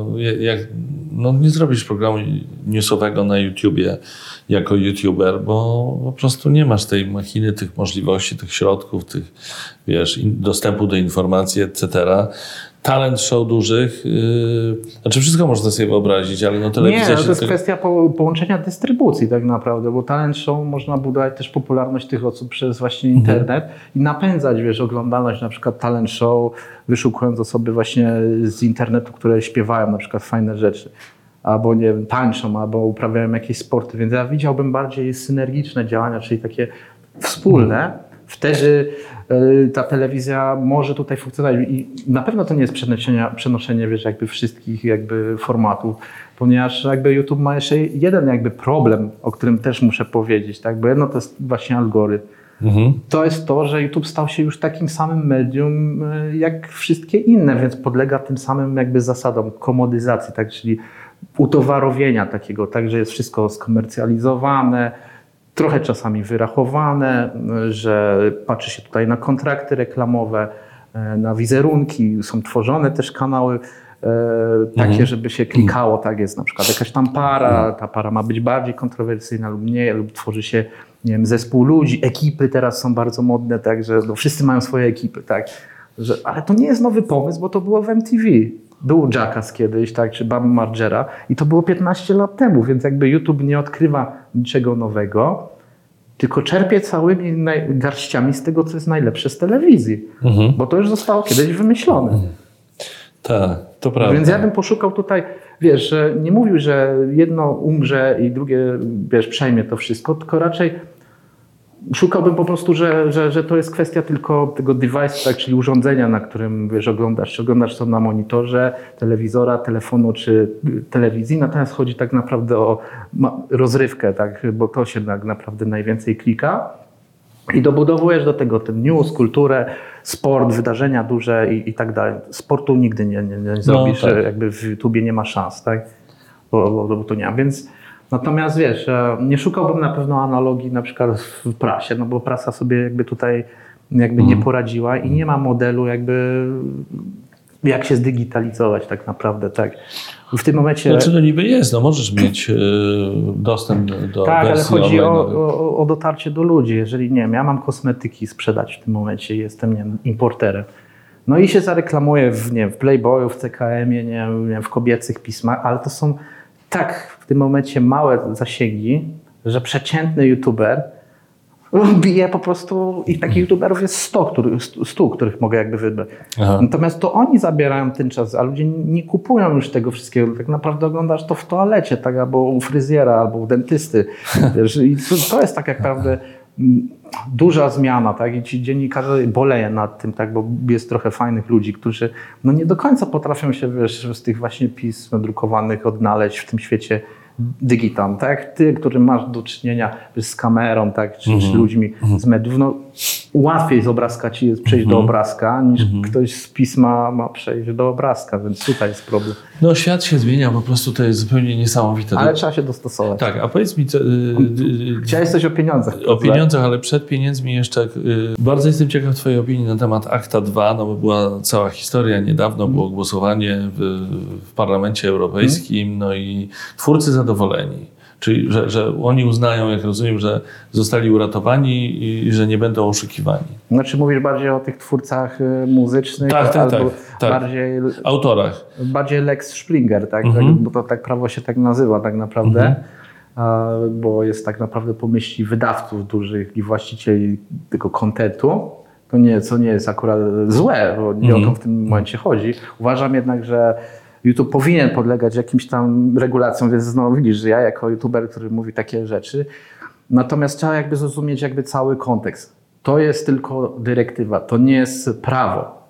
Nie zrobisz programu newsowego na YouTubie jako YouTuber, bo po prostu nie masz tej machiny, tych możliwości, tych środków, tych, dostępu do informacji, etc. Talent show dużych, znaczy wszystko można sobie wyobrazić, ale telewizja... Nie, to jest kwestia połączenia dystrybucji tak naprawdę, bo talent show można budować też popularność tych osób przez właśnie internet i napędzać, oglądalność na przykład talent show, wyszukując osoby właśnie z internetu, które śpiewają na przykład fajne rzeczy, albo nie wiem, tańczą, albo uprawiają jakieś sporty, więc ja widziałbym bardziej synergiczne działania, czyli takie wspólne. Wtedy ta telewizja może tutaj funkcjonować i na pewno to nie jest przenoszenie jakby wszystkich jakby formatów, ponieważ jakby YouTube ma jeszcze jeden jakby problem, o którym też muszę powiedzieć, tak? Bo jedno to jest właśnie algorytm. To jest to, że YouTube stał się już takim samym medium jak wszystkie inne, więc podlega tym samym jakby zasadom komodyzacji, tak? Czyli utowarowienia takiego, tak, że jest wszystko skomercjalizowane, trochę czasami wyrachowane, że patrzy się tutaj na kontrakty reklamowe, na wizerunki, są tworzone też kanały takie, żeby się klikało, tak jest na przykład jakaś tam para, ta para ma być bardziej kontrowersyjna lub nie, lub tworzy się, nie wiem, zespół ludzi, ekipy teraz są bardzo modne, tak, że wszyscy mają swoje ekipy, tak, ale to nie jest nowy pomysł, bo to było w MTV. Był Jackass kiedyś, tak, czy Bam Margera i to było 15 lat temu, więc jakby YouTube nie odkrywa niczego nowego, tylko czerpie całymi garściami z tego, co jest najlepsze z telewizji, bo to już zostało kiedyś wymyślone. Tak, to prawda. Więc ja bym poszukał tutaj, że nie mówił, że jedno umrze i drugie, przejmie to wszystko, tylko raczej szukałbym po prostu, że to jest kwestia tylko tego device, tak, czyli urządzenia, na którym wiesz, oglądasz to na monitorze, telewizora, telefonu czy telewizji, natomiast chodzi tak naprawdę o rozrywkę, tak, bo to się tak naprawdę najwięcej klika i dobudowujesz do tego ten news, kulturę, sport, wydarzenia duże i tak dalej. Sportu nigdy nie zrobisz, tak. Jakby w YouTubie nie ma szans, tak, bo to nie ma, więc natomiast wiesz, nie szukałbym na pewno analogii na przykład w prasie, no bo prasa sobie jakby tutaj nie poradziła i nie ma modelu jakby jak się zdigitalizować tak naprawdę, tak. W tym momencie... Znaczy no niby jest, no możesz mieć dostęp do tak, wersji ale chodzi online. o dotarcie do ludzi. Jeżeli nie wiem, ja mam kosmetyki sprzedać w tym momencie, jestem nie wiem, importerem. No i się zareklamuję w Playboyu, w CKM-ie, nie wiem, w kobiecych pismach, ale to są tak w tym momencie małe zasięgi, że przeciętny youtuber bije po prostu i takich youtuberów jest 100, których mogę jakby wybrać. Aha. Natomiast to oni zabierają ten czas, a ludzie nie kupują już tego wszystkiego. Tak naprawdę oglądasz to w toalecie, tak, albo u fryzjera, albo u dentysty. Wiesz, i to jest tak jak naprawdę duża zmiana, tak? I ci dziennikarze boleją nad tym, tak? Bo jest trochę fajnych ludzi, którzy no nie do końca potrafią się, wiesz, z tych właśnie pism drukowanych odnaleźć w tym świecie digital, tak? Ty, który masz do czynienia z kamerą, tak? Czy ludźmi z mediów, no łatwiej z obrazka ci jest przejść do obrazka, niż ktoś z pisma ma przejść do obrazka, więc tutaj jest problem. No świat się zmienia, po prostu to jest zupełnie niesamowite. Ale trzeba się dostosować. Tak, a powiedz mi... Chciałeś coś o pieniądzach. O pieniądzach, ale przed pieniędzmi jeszcze... Bardzo jestem ciekaw twojej opinii na temat Akta 2, no bo była cała historia, niedawno było głosowanie w Parlamencie Europejskim, no i twórcy zadowoleni. Czyli, że oni uznają, jak rozumiem, że zostali uratowani i że nie będą oszukiwani. Znaczy mówisz bardziej o tych twórcach muzycznych? Tak. Bardziej... Autorach. Bardziej Lex Springer, tak? Bo to tak prawo się tak nazywa tak naprawdę. Bo jest tak naprawdę po myśli wydawców dużych i właścicieli tego kontentu. Co nie jest akurat złe, bo nie o to w tym momencie chodzi. Uważam jednak, że YouTube powinien podlegać jakimś tam regulacjom, więc znowu widzisz, że ja jako YouTuber, który mówi takie rzeczy, natomiast trzeba jakby zrozumieć jakby cały kontekst. To jest tylko dyrektywa, to nie jest prawo.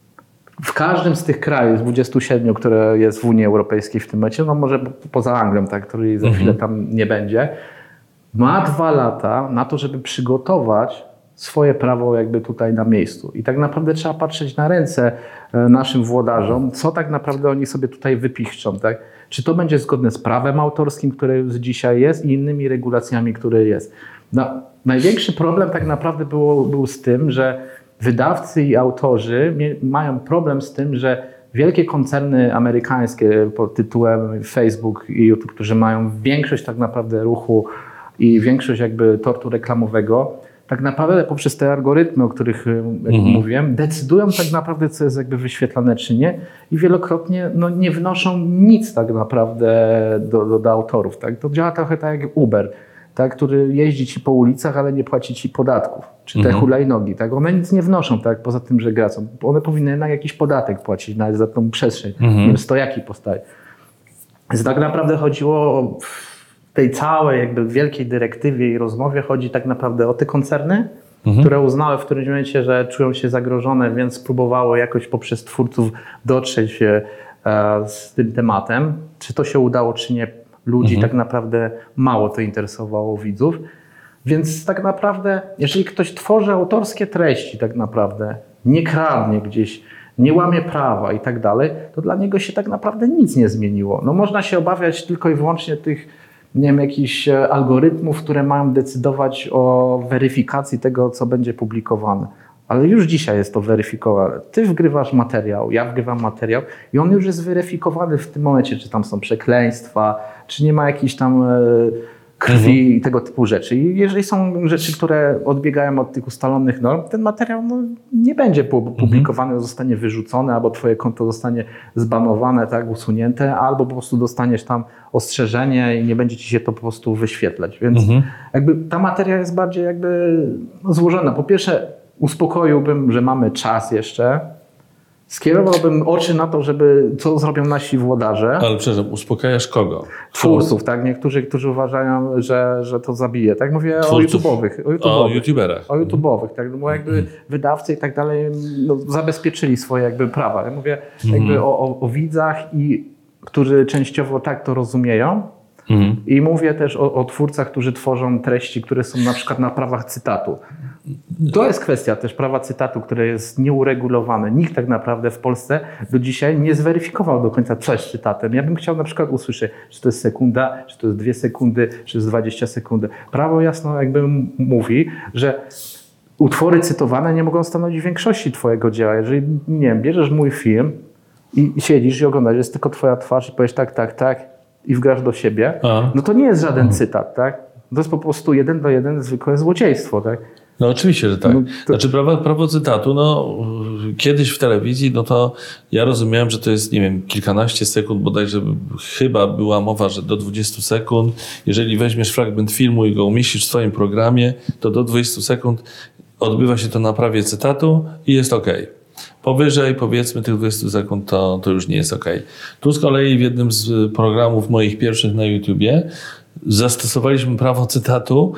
W każdym z tych krajów, z 27, które jest w Unii Europejskiej w tym momencie, no może poza Anglią, tak, której za chwilę tam nie będzie, ma 2 lata na to, żeby przygotować swoje prawo jakby tutaj na miejscu. I tak naprawdę trzeba patrzeć na ręce naszym włodarzom, co tak naprawdę oni sobie tutaj wypiszczą, tak? Czy to będzie zgodne z prawem autorskim, które już dzisiaj jest i innymi regulacjami, które jest. No, największy problem tak naprawdę był z tym, że wydawcy i autorzy mają problem z tym, że wielkie koncerny amerykańskie pod tytułem Facebook i YouTube, którzy mają większość tak naprawdę ruchu i większość jakby tortu reklamowego, tak naprawdę poprzez te algorytmy, o których mówiłem, decydują tak naprawdę, co jest jakby wyświetlane czy nie i wielokrotnie no, nie wnoszą nic tak naprawdę do autorów. Tak? To działa trochę tak jak Uber, tak? Który jeździ ci po ulicach, ale nie płaci ci podatków. Czy te hulajnogi. Tak? One nic nie wnoszą, tak? Poza tym, że gracą. One powinny na jakiś podatek płacić, nawet za tą przestrzeń. Nie wiem, stojaki postawić. Więc tak naprawdę chodziło o tej całej jakby wielkiej dyrektywie i rozmowie chodzi tak naprawdę o te koncerny, które uznały w którymś momencie, że czują się zagrożone, więc spróbowały jakoś poprzez twórców dotrzeć z tym tematem. Czy to się udało, czy nie, ludzi tak naprawdę mało to interesowało widzów. Więc tak naprawdę, jeżeli ktoś tworzy autorskie treści tak naprawdę, nie kradnie gdzieś, nie łamie prawa i tak dalej, to dla niego się tak naprawdę nic nie zmieniło. No można się obawiać tylko i wyłącznie tych, nie wiem, jakichś algorytmów, które mają decydować o weryfikacji tego, co będzie publikowane. Ale już dzisiaj jest to weryfikowane. Ty wgrywasz materiał, ja wgrywam materiał i on już jest weryfikowany w tym momencie, czy tam są przekleństwa, czy nie ma jakichś tam krwi i tego typu rzeczy. I jeżeli są rzeczy, które odbiegają od tych ustalonych norm, ten materiał nie będzie publikowany, zostanie wyrzucony, albo twoje konto zostanie zbanowane, tak, usunięte, albo po prostu dostaniesz tam ostrzeżenie i nie będzie ci się to po prostu wyświetlać. Więc jakby ta materia jest bardziej jakby złożona. Po pierwsze, uspokoiłbym, że mamy czas jeszcze, Skierowałbym oczy na to, co zrobią nasi włodarze. Ale przepraszam, uspokajasz kogo? Twórców, tak? Niektórzy, którzy uważają, że to zabije. Tak mówię twórców, o YouTuberach. O YouTube'owych, tak? Bo jakby wydawcy i tak dalej zabezpieczyli swoje jakby prawa. Ja mówię jakby o widzach, którzy częściowo tak to rozumieją. I mówię też o twórcach, którzy tworzą treści, które są na przykład na prawach cytatu. To jest kwestia też prawa cytatu, które jest nieuregulowane. Nikt tak naprawdę w Polsce do dzisiaj nie zweryfikował do końca, co jest cytatem. Ja bym chciał na przykład usłyszeć, czy to jest sekunda, czy to jest 2 sekundy, czy to jest 20 sekund. Prawo jasno jakby mówi, że utwory cytowane nie mogą stanowić większości twojego dzieła. Jeżeli, nie wiem, bierzesz mój film i siedzisz i oglądasz, jest tylko twoja twarz i powiesz tak i wgrasz do siebie, no to nie jest żaden cytat, tak? To jest po prostu 1 do 1 zwykłe złodziejstwo, tak? No oczywiście, że tak. Znaczy prawo cytatu, kiedyś w telewizji, to ja rozumiałem, że to jest, nie wiem, kilkanaście sekund, bodajże chyba była mowa, że do 20 sekund. Jeżeli weźmiesz fragment filmu i go umieścisz w swoim programie, to do 20 sekund odbywa się to na prawie cytatu i jest okej. Powyżej, powiedzmy, tych 20 sekund to już nie jest okej. Tu z kolei w jednym z programów moich pierwszych na YouTubie zastosowaliśmy prawo cytatu,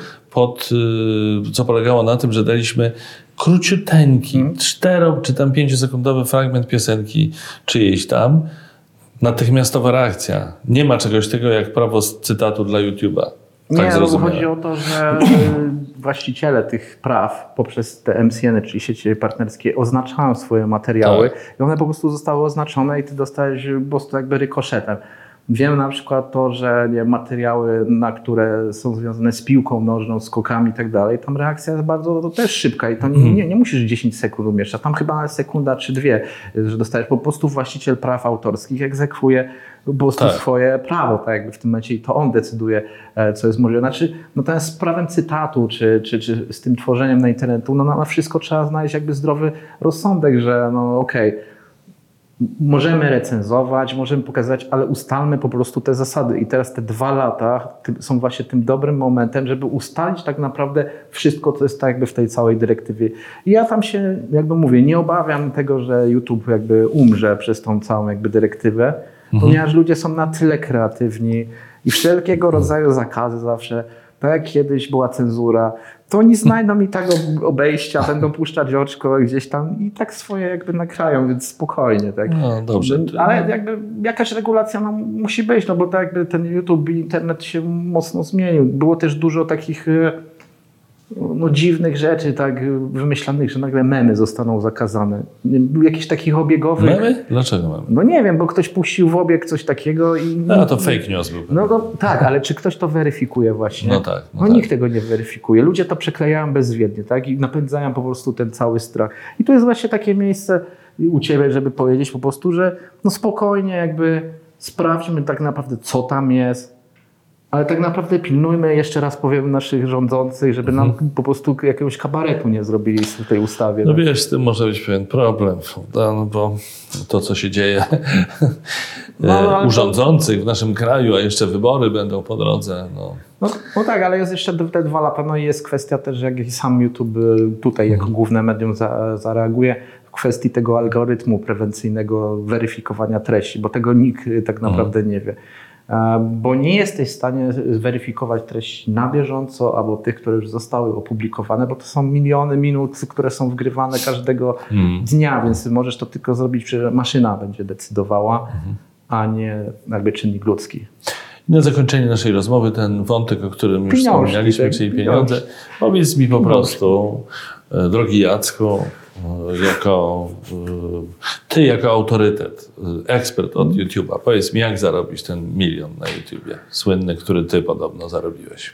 co polegało na tym, że daliśmy króciuteńki, 4 czy tam 5-sekundowy fragment piosenki czyjejś tam. Natychmiastowa reakcja. Nie ma czegoś takiego jak prawo cytatu dla YouTube'a. Tak nie, chodzi o to, że właściciele tych praw poprzez te MCN-y, czyli sieci partnerskie, oznaczają swoje materiały i one po prostu zostały oznaczone i ty dostajesz po prostu jakby rykoszetem. Wiem na przykład to, że materiały, które są związane z piłką nożną, skokami i tak dalej, tam reakcja jest bardzo też szybka i to nie musisz 10 sekund umieszczać, tam chyba sekunda czy 2, że dostajesz po prostu właściciel praw autorskich egzekwuje po prostu swoje prawo, tak jakby w tym momencie i to on decyduje, co jest możliwe. Znaczy, to jest z prawem cytatu, czy z tym tworzeniem na internetu, na wszystko trzeba znaleźć jakby zdrowy rozsądek, że możemy recenzować, możemy pokazywać, ale ustalmy po prostu te zasady. I teraz te 2 lata są właśnie tym dobrym momentem, żeby ustalić tak naprawdę wszystko, co jest tak jakby w tej całej dyrektywie. I ja tam się, jakby mówię, nie obawiam tego, że YouTube jakby umrze przez tą całą jakby dyrektywę, ponieważ ludzie są na tyle kreatywni i wszelkiego rodzaju zakazy zawsze, tak jak kiedyś była cenzura, to oni znajdą i tak obejścia, będą puszczać oczko gdzieś tam i tak swoje jakby nakrają, więc spokojnie. Tak? No dobrze. Ale jakby jakaś regulacja musi być, bo tak jakby ten YouTube i internet się mocno zmienił. Było też dużo takich dziwnych rzeczy, tak wymyślanych, że nagle memy zostaną zakazane. Jakichś takich obiegowych... Memy? Dlaczego memy? Nie wiem, bo ktoś puścił w obieg coś takiego i... to fake news był. Tak, ale czy ktoś to weryfikuje właśnie? Tak. Nikt tego nie weryfikuje. Ludzie to przeklejają bezwiednie, tak? I napędzają po prostu ten cały strach. I tu jest właśnie takie miejsce u ciebie, żeby powiedzieć po prostu, że spokojnie jakby sprawdźmy tak naprawdę, co tam jest. Ale tak naprawdę pilnujmy, jeszcze raz powiem, naszych rządzących, żeby nam po prostu jakiegoś kabaretu nie zrobili w tej ustawie. Wiesz, z tym może być pewien problem, bo to, co się dzieje u rządzących w naszym kraju, a jeszcze wybory będą po drodze. Tak, ale jest jeszcze te 2 lata. I jest kwestia też, że jak sam YouTube tutaj jako główne medium zareaguje w kwestii tego algorytmu prewencyjnego weryfikowania treści, bo tego nikt tak naprawdę nie wie. Bo nie jesteś w stanie zweryfikować treści na bieżąco albo tych, które już zostały opublikowane, bo to są miliony minut, które są wgrywane każdego dnia, więc możesz to tylko zrobić, że maszyna będzie decydowała, a nie jakby czynnik ludzki. Na zakończenie naszej rozmowy ten wątek, o którym już wspomnialiśmy, czyli pieniądze. Powiedz mi po prostu, drogi Jacku, ty jako autorytet, ekspert od YouTube'a, powiedz mi, jak zarobić ten 1 000 000 na YouTubie, słynny, który ty podobno zarobiłeś.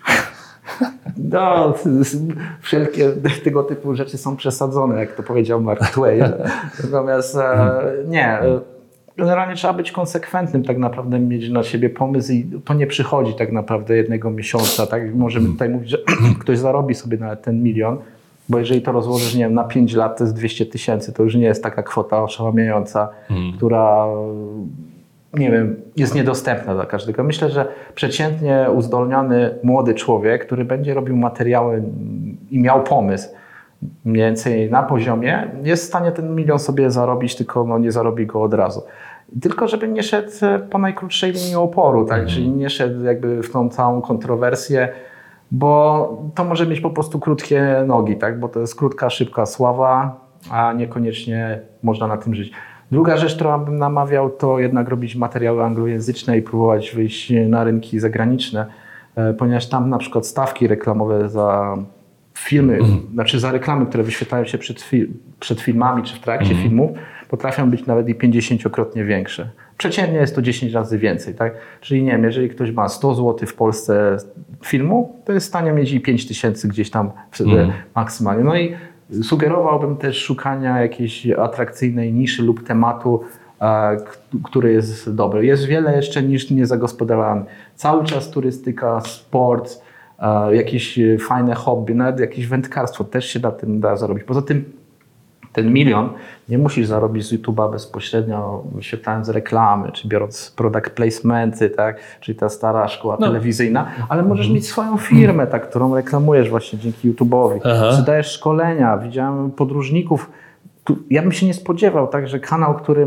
Wszelkie tego typu rzeczy są przesadzone, jak to powiedział Mark Twain. Natomiast generalnie trzeba być konsekwentnym, tak naprawdę mieć na siebie pomysł i to nie przychodzi tak naprawdę jednego miesiąca. Tak? Możemy tutaj mówić, że ktoś zarobi sobie nawet ten 1 000 000, bo jeżeli to rozłożysz, na 5 lat, to jest 200 000, to już nie jest taka kwota oszałamiająca, która, jest niedostępna dla każdego. Myślę, że przeciętnie uzdolniony młody człowiek, który będzie robił materiały i miał pomysł, mniej więcej na poziomie, jest w stanie ten 1 milion sobie zarobić, tylko nie zarobi go od razu. Tylko żeby nie szedł po najkrótszej linii oporu, tak? Czyli nie szedł jakby w tą całą kontrowersję, bo to może mieć po prostu krótkie nogi, tak? Bo to jest krótka, szybka sława, a niekoniecznie można na tym żyć. Druga rzecz, którą bym namawiał, to jednak robić materiały anglojęzyczne i próbować wyjść na rynki zagraniczne, ponieważ tam na przykład stawki reklamowe za filmy, znaczy za reklamy, które wyświetlają się przed filmami czy w trakcie filmów, potrafią być nawet i 50-krotnie większe. Przeciętnie jest to 10 razy więcej, tak? Czyli nie wiem, jeżeli ktoś ma 100 zł w Polsce filmu, to jest w stanie mieć i 5000 gdzieś tam maksymalnie. No i sugerowałbym też szukania jakiejś atrakcyjnej niszy lub tematu, który jest dobry. Jest wiele jeszcze niż niezagospodarowany. Cały czas turystyka, sport, jakieś fajne hobby, nawet jakieś wędkarstwo też się na tym da zarobić. Poza tym ten 1 milion nie musisz zarobić z YouTube'a bezpośrednio wyświetlając reklamy, czy biorąc product placementy, tak? Czyli ta stara szkoła telewizyjna, ale możesz mieć swoją firmę, tak, którą reklamujesz właśnie dzięki YouTube'owi. Czy dajesz szkolenia, widziałem podróżników. Ja bym się nie spodziewał, tak, że kanał, który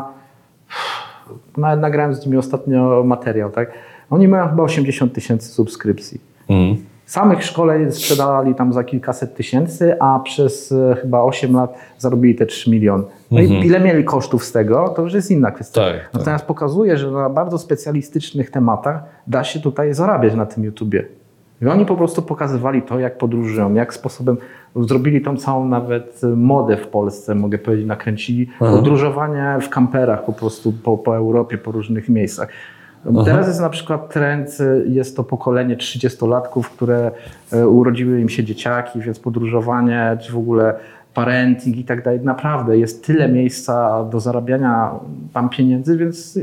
nagrałem z nimi ostatnio materiał, tak? Oni mają chyba 80 000 subskrypcji. Samych szkoleń sprzedali tam za kilkaset tysięcy, a przez chyba 8 lat zarobili te 3 miliony. No i ile mieli kosztów z tego, to już jest inna kwestia. Tak, Natomiast pokazuje, że na bardzo specjalistycznych tematach da się tutaj zarabiać na tym YouTubie. I oni po prostu pokazywali to, jak podróżują, jak sposobem zrobili tą całą nawet modę w Polsce, mogę powiedzieć, nakręcili podróżowanie w kamperach po prostu po Europie, po różnych miejscach. Teraz jest na przykład trend, jest to pokolenie 30-latków, które urodziły im się dzieciaki, więc podróżowanie, czy w ogóle parenting i tak dalej. Naprawdę jest tyle miejsca do zarabiania tam pieniędzy, więc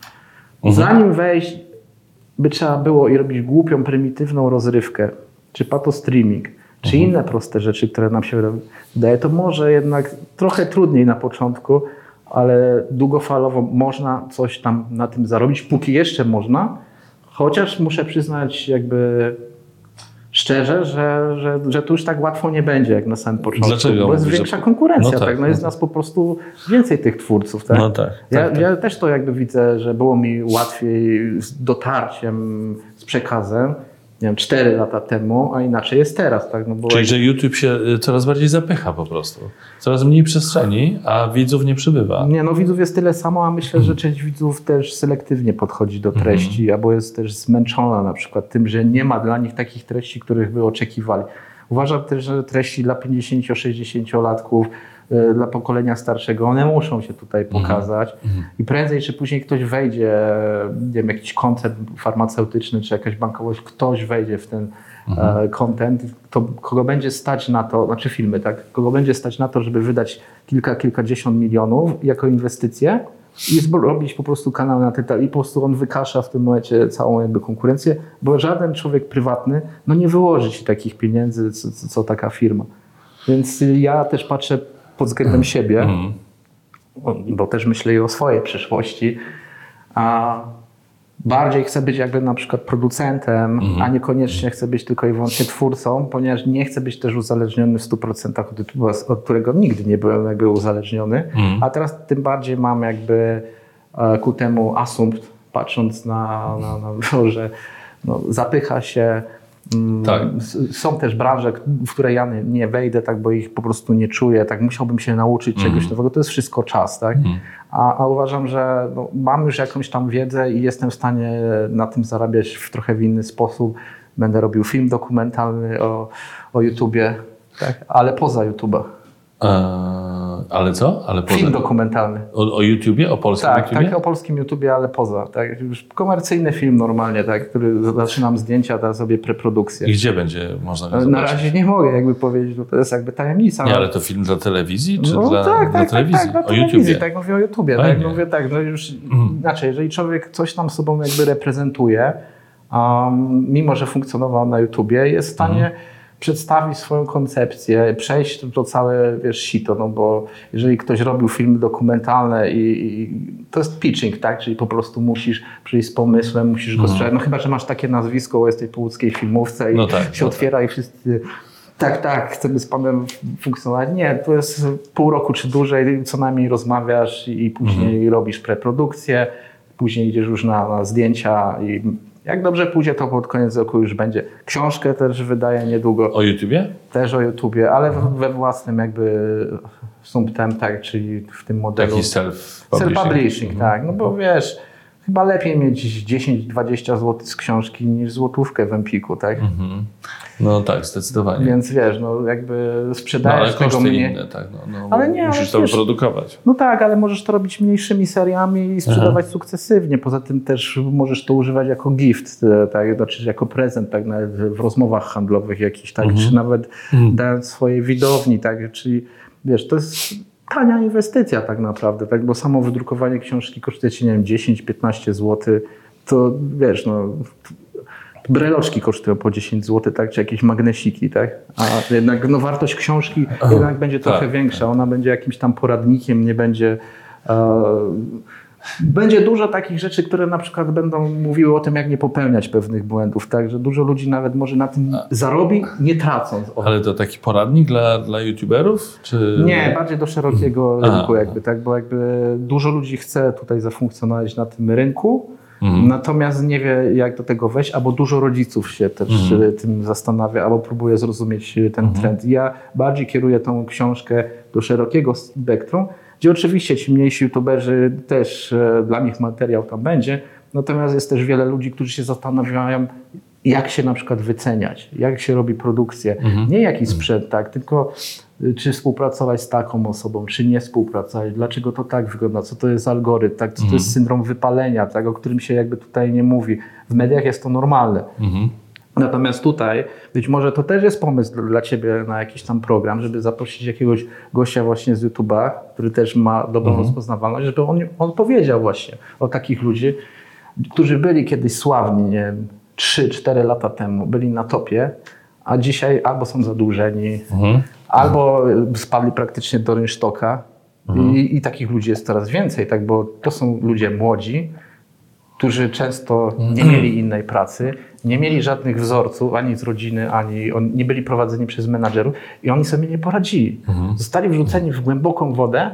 zanim wejść, by trzeba było i robić głupią, prymitywną rozrywkę, czy patostreaming, czy inne proste rzeczy, które nam się wydaje, to może jednak trochę trudniej na początku, ale długofalowo można coś tam na tym zarobić, póki jeszcze można, chociaż muszę przyznać jakby szczerze, że to już tak łatwo nie będzie jak na samym początku. Dlaczego? Bo jest większa konkurencja, no tak, tak? No jest nas po prostu więcej tych twórców, tak? No tak, Ja też to jakby widzę, że było mi łatwiej z dotarciem, z przekazem, nie wiem, 4 lata temu, a inaczej jest teraz, tak? No bo czyli, że YouTube się coraz bardziej zapycha po prostu. Coraz mniej przestrzeni, a widzów nie przybywa. Nie, no widzów jest tyle samo, a myślę, że część widzów też selektywnie podchodzi do treści, albo jest też zmęczona na przykład tym, że nie ma dla nich takich treści, których by oczekiwali. Uważam też, że treści dla 50-60-latków, dla pokolenia starszego, one muszą się tutaj pokazać i prędzej czy później ktoś wejdzie, nie wiem, jakiś koncern farmaceutyczny czy jakaś bankowość, ktoś wejdzie w ten content, to kogo będzie stać na to, znaczy filmy, tak, kogo będzie stać na to, żeby wydać kilkadziesiąt milionów jako inwestycję i robić po prostu kanał na tytuł i po prostu on wykasza w tym momencie całą jakby konkurencję, bo żaden człowiek prywatny nie wyłoży ci takich pieniędzy, co taka firma. Więc ja też patrzę pod względem siebie, bo też myślę i o swojej przyszłości, a bardziej chcę być jakby na przykład producentem, a niekoniecznie chcę być tylko i wyłącznie twórcą, ponieważ nie chcę być też uzależniony w 100% od YouTube'a, od którego nigdy nie byłem jakby uzależniony, a teraz tym bardziej mam jakby ku temu asumpt, patrząc na to, że zapycha się. Tak. Są też branże, w które ja nie wejdę, tak, bo ich po prostu nie czuję, tak, musiałbym się nauczyć czegoś nowego, to jest wszystko czas, tak? A uważam, że mam już jakąś tam wiedzę i jestem w stanie na tym zarabiać w trochę inny sposób. Będę robił film dokumentalny o YouTubie, tak? Ale poza YouTube'a. Ale co? Ale poza... Film dokumentalny. O YouTubie? O polskim YouTubie? Tak, o polskim YouTubie, ale poza. Tak? Już komercyjny film normalnie, tak, który zaczynam zdjęcia, teraz sobie preprodukcję. I gdzie będzie można go zobaczyć? Na razie nie mogę jakby powiedzieć, bo to jest jakby tajemnica. Nie, ale to film dla telewizji? Czy dla telewizji? Tak, o YouTubie? Tak, mówię o YouTubie. Tak, mówię tak, no już inaczej, jeżeli człowiek coś tam sobą jakby reprezentuje, mimo że funkcjonował na YouTubie, jest w stanie przedstawić swoją koncepcję, przejść to całe, sito, bo jeżeli ktoś robił filmy dokumentalne i to jest pitching, tak, czyli po prostu musisz przyjść z pomysłem, musisz go sprzedać, chyba, że masz takie nazwisko, bo jesteś po łódzkiej filmówce i się otwiera i wszyscy Tak, chcemy z panem funkcjonować. Nie, to jest pół roku czy dłużej, co najmniej rozmawiasz i później robisz preprodukcję, później idziesz już na zdjęcia i jak dobrze pójdzie, to pod koniec roku już będzie. Książkę też wydaję niedługo. O YouTubie? Też o YouTubie, ale we własnym jakby sumptem, tak, czyli w tym modelu. Taki self-publishing. Tak, no bo wiesz, chyba lepiej mieć 10-20 zł z książki niż złotówkę w Empiku, tak? No tak, zdecydowanie. Więc wiesz, no jakby sprzedajesz ale tego mniej. inne, tak, ale nie, musisz to wyprodukować. No tak, ale możesz to robić mniejszymi seriami i sprzedawać sukcesywnie. Poza tym też możesz to używać jako gift, tak, znaczy jako prezent, tak, nawet w rozmowach handlowych jakichś, tak, czy nawet dając swojej widowni, tak, czyli wiesz, to jest tania inwestycja tak naprawdę, tak, bo samo wydrukowanie książki kosztuje ci, nie wiem, 10-15 zł, to wiesz, no breloczki kosztują po 10 zł, tak, czy jakieś magnesiki, tak? A jednak no, wartość książki jednak będzie trochę większa. Ona będzie jakimś tam poradnikiem, nie będzie... Będzie dużo takich rzeczy, które na przykład będą mówiły o tym, jak nie popełniać pewnych błędów, tak? Że dużo ludzi nawet może na tym zarobi, nie tracąc. Ale to taki poradnik dla youtuberów? Czy... Nie, bardziej do szerokiego rynku jakby, tak? Bo jakby dużo ludzi chce tutaj zafunkcjonować na tym rynku, natomiast nie wie, jak do tego wejść, albo dużo rodziców się też tym zastanawia, albo próbuje zrozumieć ten trend. Ja bardziej kieruję tą książkę do szerokiego spektrum, gdzie oczywiście ci mniejsi youtuberzy też dla nich materiał tam będzie, natomiast jest też wiele ludzi, którzy się zastanawiają, jak się na przykład wyceniać, jak się robi produkcję. Nie jaki sprzęt, tak, tylko czy współpracować z taką osobą, czy nie współpracować, dlaczego to tak wygląda, co to jest algorytm, tak, co to jest syndrom wypalenia, tak, o którym się jakby tutaj nie mówi. W mediach jest to normalne. Natomiast tutaj być może to też jest pomysł dla ciebie na jakiś tam program, żeby zaprosić jakiegoś gościa właśnie z YouTube'a, który też ma dobrą rozpoznawalność, żeby on powiedział właśnie o takich ludzi, którzy byli kiedyś sławni, nie wiem, 3-4 lata temu, byli na topie, a dzisiaj albo są zadłużeni, albo spadli praktycznie do rynsztoka i takich ludzi jest coraz więcej, tak, bo to są ludzie młodzi, którzy często nie mieli innej pracy, nie mieli żadnych wzorców, ani z rodziny, ani nie byli prowadzeni przez menadżerów i oni sobie nie poradzili. Zostali wrzuceni w głęboką wodę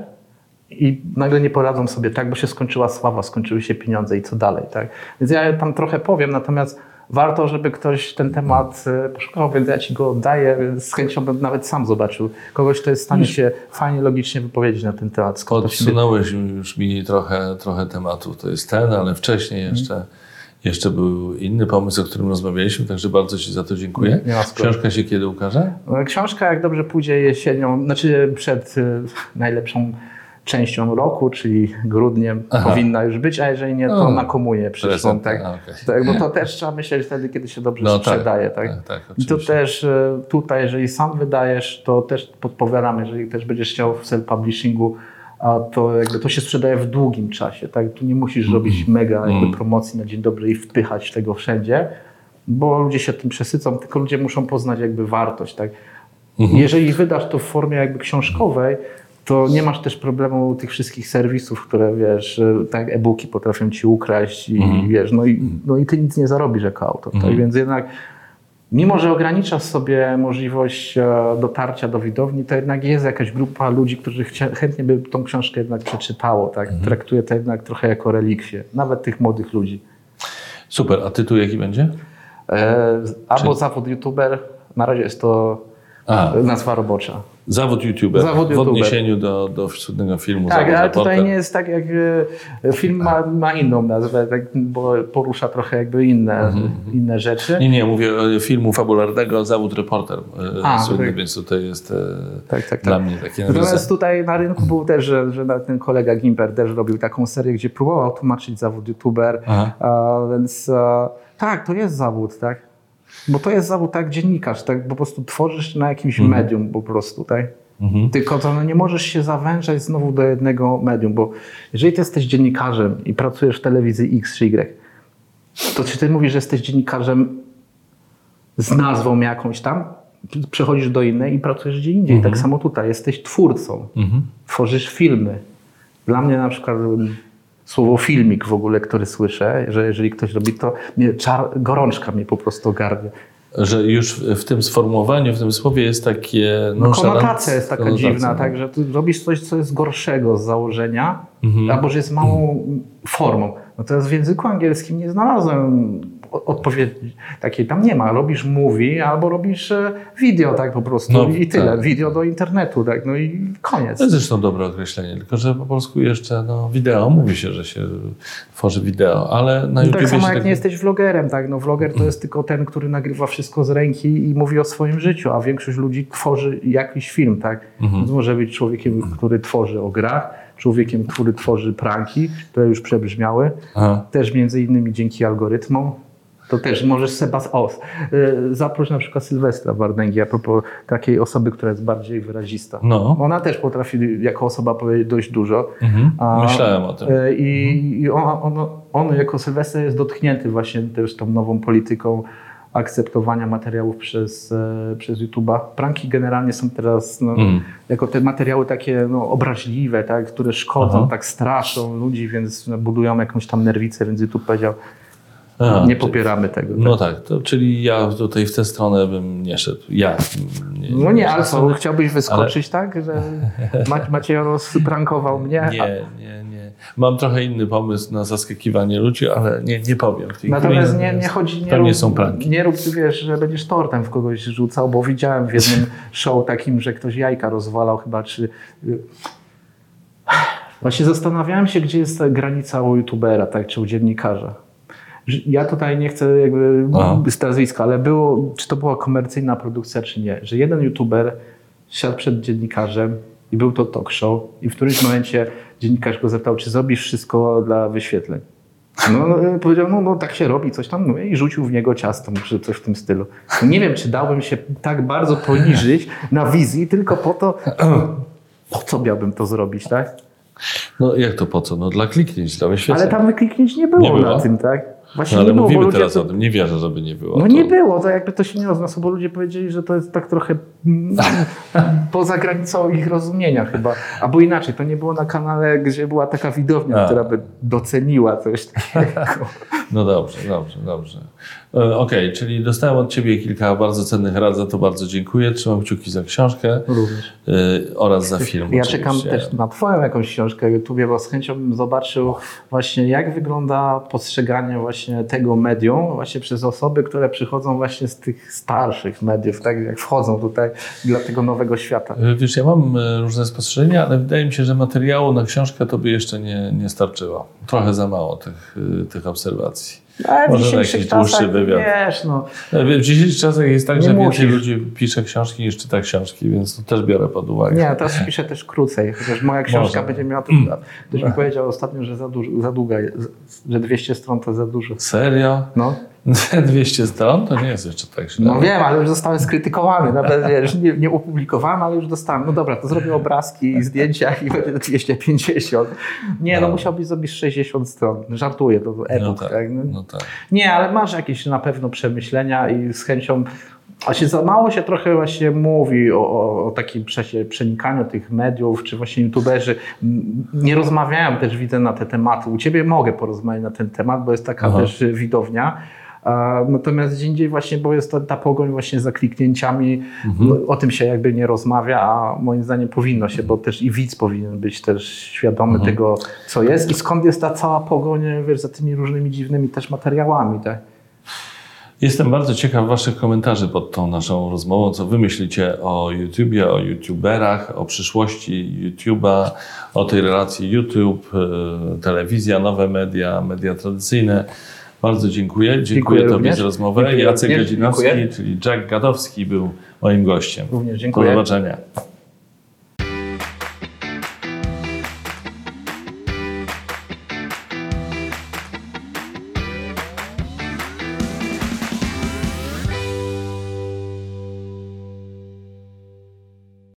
i nagle nie poradzą sobie tak, bo się skończyła sława, skończyły się pieniądze i co dalej. Tak? Więc ja tam trochę powiem, natomiast warto, żeby ktoś ten temat poszukał, więc ja ci go oddaję, z chęcią bym nawet sam zobaczył kogoś, kto jest w stanie się fajnie, logicznie wypowiedzieć na ten temat. Odsunąłeś już mi trochę tematów. To jest ten, ale wcześniej jeszcze był inny pomysł, o którym rozmawialiśmy, także bardzo ci za to dziękuję. Książka się kiedy ukaże? Książka, jak dobrze pójdzie jesienią, znaczy przed najlepszą częścią roku, czyli grudniem powinna już być, a jeżeli nie, to na komunię przyszłą. Tak? Bo to też trzeba myśleć wtedy, kiedy się dobrze sprzedaje. Tak? I to też tutaj, jeżeli sam wydajesz, to też podpowiadamy, jeżeli też będziesz chciał w self-publishingu, a to jakby to się sprzedaje w długim czasie. Tak? Tu nie musisz robić mega jakby promocji na dzień dobry i wpychać tego wszędzie, bo ludzie się tym przesycą, tylko ludzie muszą poznać jakby wartość. Tak? Jeżeli wydasz to w formie jakby książkowej, to nie masz też problemu tych wszystkich serwisów, które wiesz, tak e-booki potrafią ci ukraść i wiesz, no i ty nic nie zarobisz jako autor. Tak? Więc jednak mimo, że ograniczasz sobie możliwość dotarcia do widowni, to jednak jest jakaś grupa ludzi, którzy chętnie by tą książkę jednak przeczytało. Tak? Traktuję to jednak trochę jako relikwię, nawet tych młodych ludzi. Super, a tytuł jaki będzie? Albo zawód youtuber, na razie jest to nazwa robocza. Zawód YouTuber w odniesieniu do słynnego filmu. Tak, ale tutaj nie jest tak, jak film ma inną nazwę, tak, bo porusza trochę jakby inne rzeczy. Nie, mówię o filmu fabularnego Zawód reporter słynny, tak. Więc tutaj jest dla mnie takie nawiązanie. Natomiast tutaj na rynku był też, że ten kolega Gimper też robił taką serię, gdzie próbował tłumaczyć zawód YouTuber, więc tak, to jest zawód, tak? Bo to jest zawód, tak, dziennikarz, tak, po prostu tworzysz na jakimś medium po prostu, tak? Tylko to nie możesz się zawężać znowu do jednego medium, bo jeżeli ty jesteś dziennikarzem i pracujesz w telewizji X czy Y, to czy ty mówisz, że jesteś dziennikarzem z nazwą jakąś tam, przechodzisz do innej i pracujesz gdzie indziej. Tak samo tutaj, jesteś twórcą, tworzysz filmy. Dla mnie na przykład słowo filmik w ogóle, który słyszę, że jeżeli ktoś robi to, gorączka mnie po prostu ogarnia. Że już w tym sformułowaniu, w tym słowie jest takie... konotacja jest taka dziwna, tak, że ty robisz coś, co jest gorszego z założenia, albo że jest małą formą. No teraz w języku angielskim nie znalazłem odpowiedzi takiej, tam nie ma. Robisz movie albo robisz video, tak po prostu i tyle. Tak. Video do internetu, tak, no i koniec. To jest zresztą dobre określenie, tylko że po polsku jeszcze wideo, mówi się, że się tworzy wideo, ale na YouTube... Tak samo jak nie jesteś vlogerem, tak, no vloger to jest tylko ten, który nagrywa wszystko z ręki i mówi o swoim życiu, a większość ludzi tworzy jakiś film, tak. Więc może być człowiekiem, który tworzy o grach, człowiekiem, który tworzy pranki, które już przebrzmiały, też między innymi dzięki algorytmom. To też możesz zaproś na przykład Sylwestra Wardęgi a propos takiej osoby, która jest bardziej wyrazista. No. Ona też potrafi jako osoba powiedzieć dość dużo. Myślałem o tym. I on jako Sylwester jest dotknięty właśnie też tą nową polityką akceptowania materiałów przez YouTube'a. Pranki generalnie są teraz jako te materiały takie obraźliwe, tak, które szkodzą, tak straszą ludzi, więc budują jakąś tam nerwicę, więc YouTube powiedział, nie popieramy tego. No tak, czyli ja tutaj w tę stronę bym nie szedł. Ale co, chciałbyś wyskoczyć, tak? Że Maciej Jaros prankował mnie? Nie. Mam trochę inny pomysł na zaskakiwanie ludzi, ale nie powiem. Natomiast nie chodzi, nie są pranki. Nie rób, wiesz, że będziesz tortem w kogoś rzucał, bo widziałem w jednym show takim, że ktoś jajka rozwalał chyba, czy... Właśnie zastanawiałem się, gdzie jest ta granica u youtubera, tak, czy u dziennikarza. Ja tutaj nie chcę jakby z nazwiska, ale czy to była komercyjna produkcja, czy nie, że jeden youtuber siadł przed dziennikarzem i był to talk show i w którymś momencie dziennikarz go zapytał, czy zrobisz wszystko dla wyświetleń. Powiedział, tak się robi, coś tam, i rzucił w niego ciasto, czy coś w tym stylu. Nie wiem, czy dałbym się tak bardzo poniżyć na wizji, tylko po to, po co miałbym to zrobić, tak? Jak to po co? Dla kliknięć, dla wyświetleń. Ale tam kliknięć nie było na tym, tak? Właśnie ale nie mówimy teraz o tym, nie wierzę, żeby nie było. Nie było, to jakby to się nie odniosło, bo ludzie powiedzieli, że to jest tak trochę poza granicą ich rozumienia chyba. Albo inaczej, to nie było na kanale, gdzie była taka widownia, która by doceniła coś takiego. No dobrze. Okej, czyli dostałem od Ciebie kilka bardzo cennych rad, za to bardzo dziękuję. Trzymam kciuki za książkę oraz za film. Ja czekam też na Twoją jakąś książkę w YouTubie, bo z chęcią bym zobaczył właśnie jak wygląda postrzeganie właśnie tego medium właśnie przez osoby, które przychodzą właśnie z tych starszych mediów, tak jak wchodzą tutaj dla tego nowego świata. Wiesz, ja mam różne spostrzeżenia, ale wydaje mi się, że materiału na książkę to by jeszcze nie starczyło. Trochę za mało tych obserwacji. Może na jakiś dłuższy wywiad. Wiesz, w dzisiejszych czasach jest tak, że więcej ludzi pisze książki niż czyta książki, więc to też biorę pod uwagę. Nie, teraz piszę też krócej, chociaż moja książka będzie miała to. Ktoś mi powiedział ostatnio, że za długa jest, że 200 stron to za dużo. Serio? No. 200 stron? To nie jest jeszcze tak źle. No wiem, ale już zostałem skrytykowany. Nawet wiesz, nie opublikowałem, ale już dostałem. No dobra, to zrobię obrazki i zdjęcia i będzie 250. Nie, musiałbyś zrobić 60 stron. Żartuję, to e-book. Tak? Nie, ale masz jakieś na pewno przemyślenia i z chęcią... za mało się trochę właśnie mówi o takim przenikaniu tych mediów, czy właśnie youtuberzy nie rozmawiają też, widzę, na te tematy. U Ciebie mogę porozmawiać na ten temat, bo jest taka też widownia. Natomiast gdzie indziej właśnie, bo jest ta pogoń właśnie za kliknięciami, o tym się jakby nie rozmawia, a moim zdaniem powinno się, bo też i widz powinien być też świadomy tego, co jest i skąd jest ta cała pogoń, wiesz, za tymi różnymi dziwnymi też materiałami, tak? Jestem bardzo ciekaw Waszych komentarzy pod tą naszą rozmową, co Wy myślicie o YouTubie, o YouTuberach, o przyszłości YouTube'a, o tej relacji YouTube, telewizja, nowe media tradycyjne. Bardzo dziękuję. Dziękuję Tobie za rozmowę. Jacek Godzinowski, czyli Jack Gadowski był moim gościem. Również dziękuję. Do zobaczenia.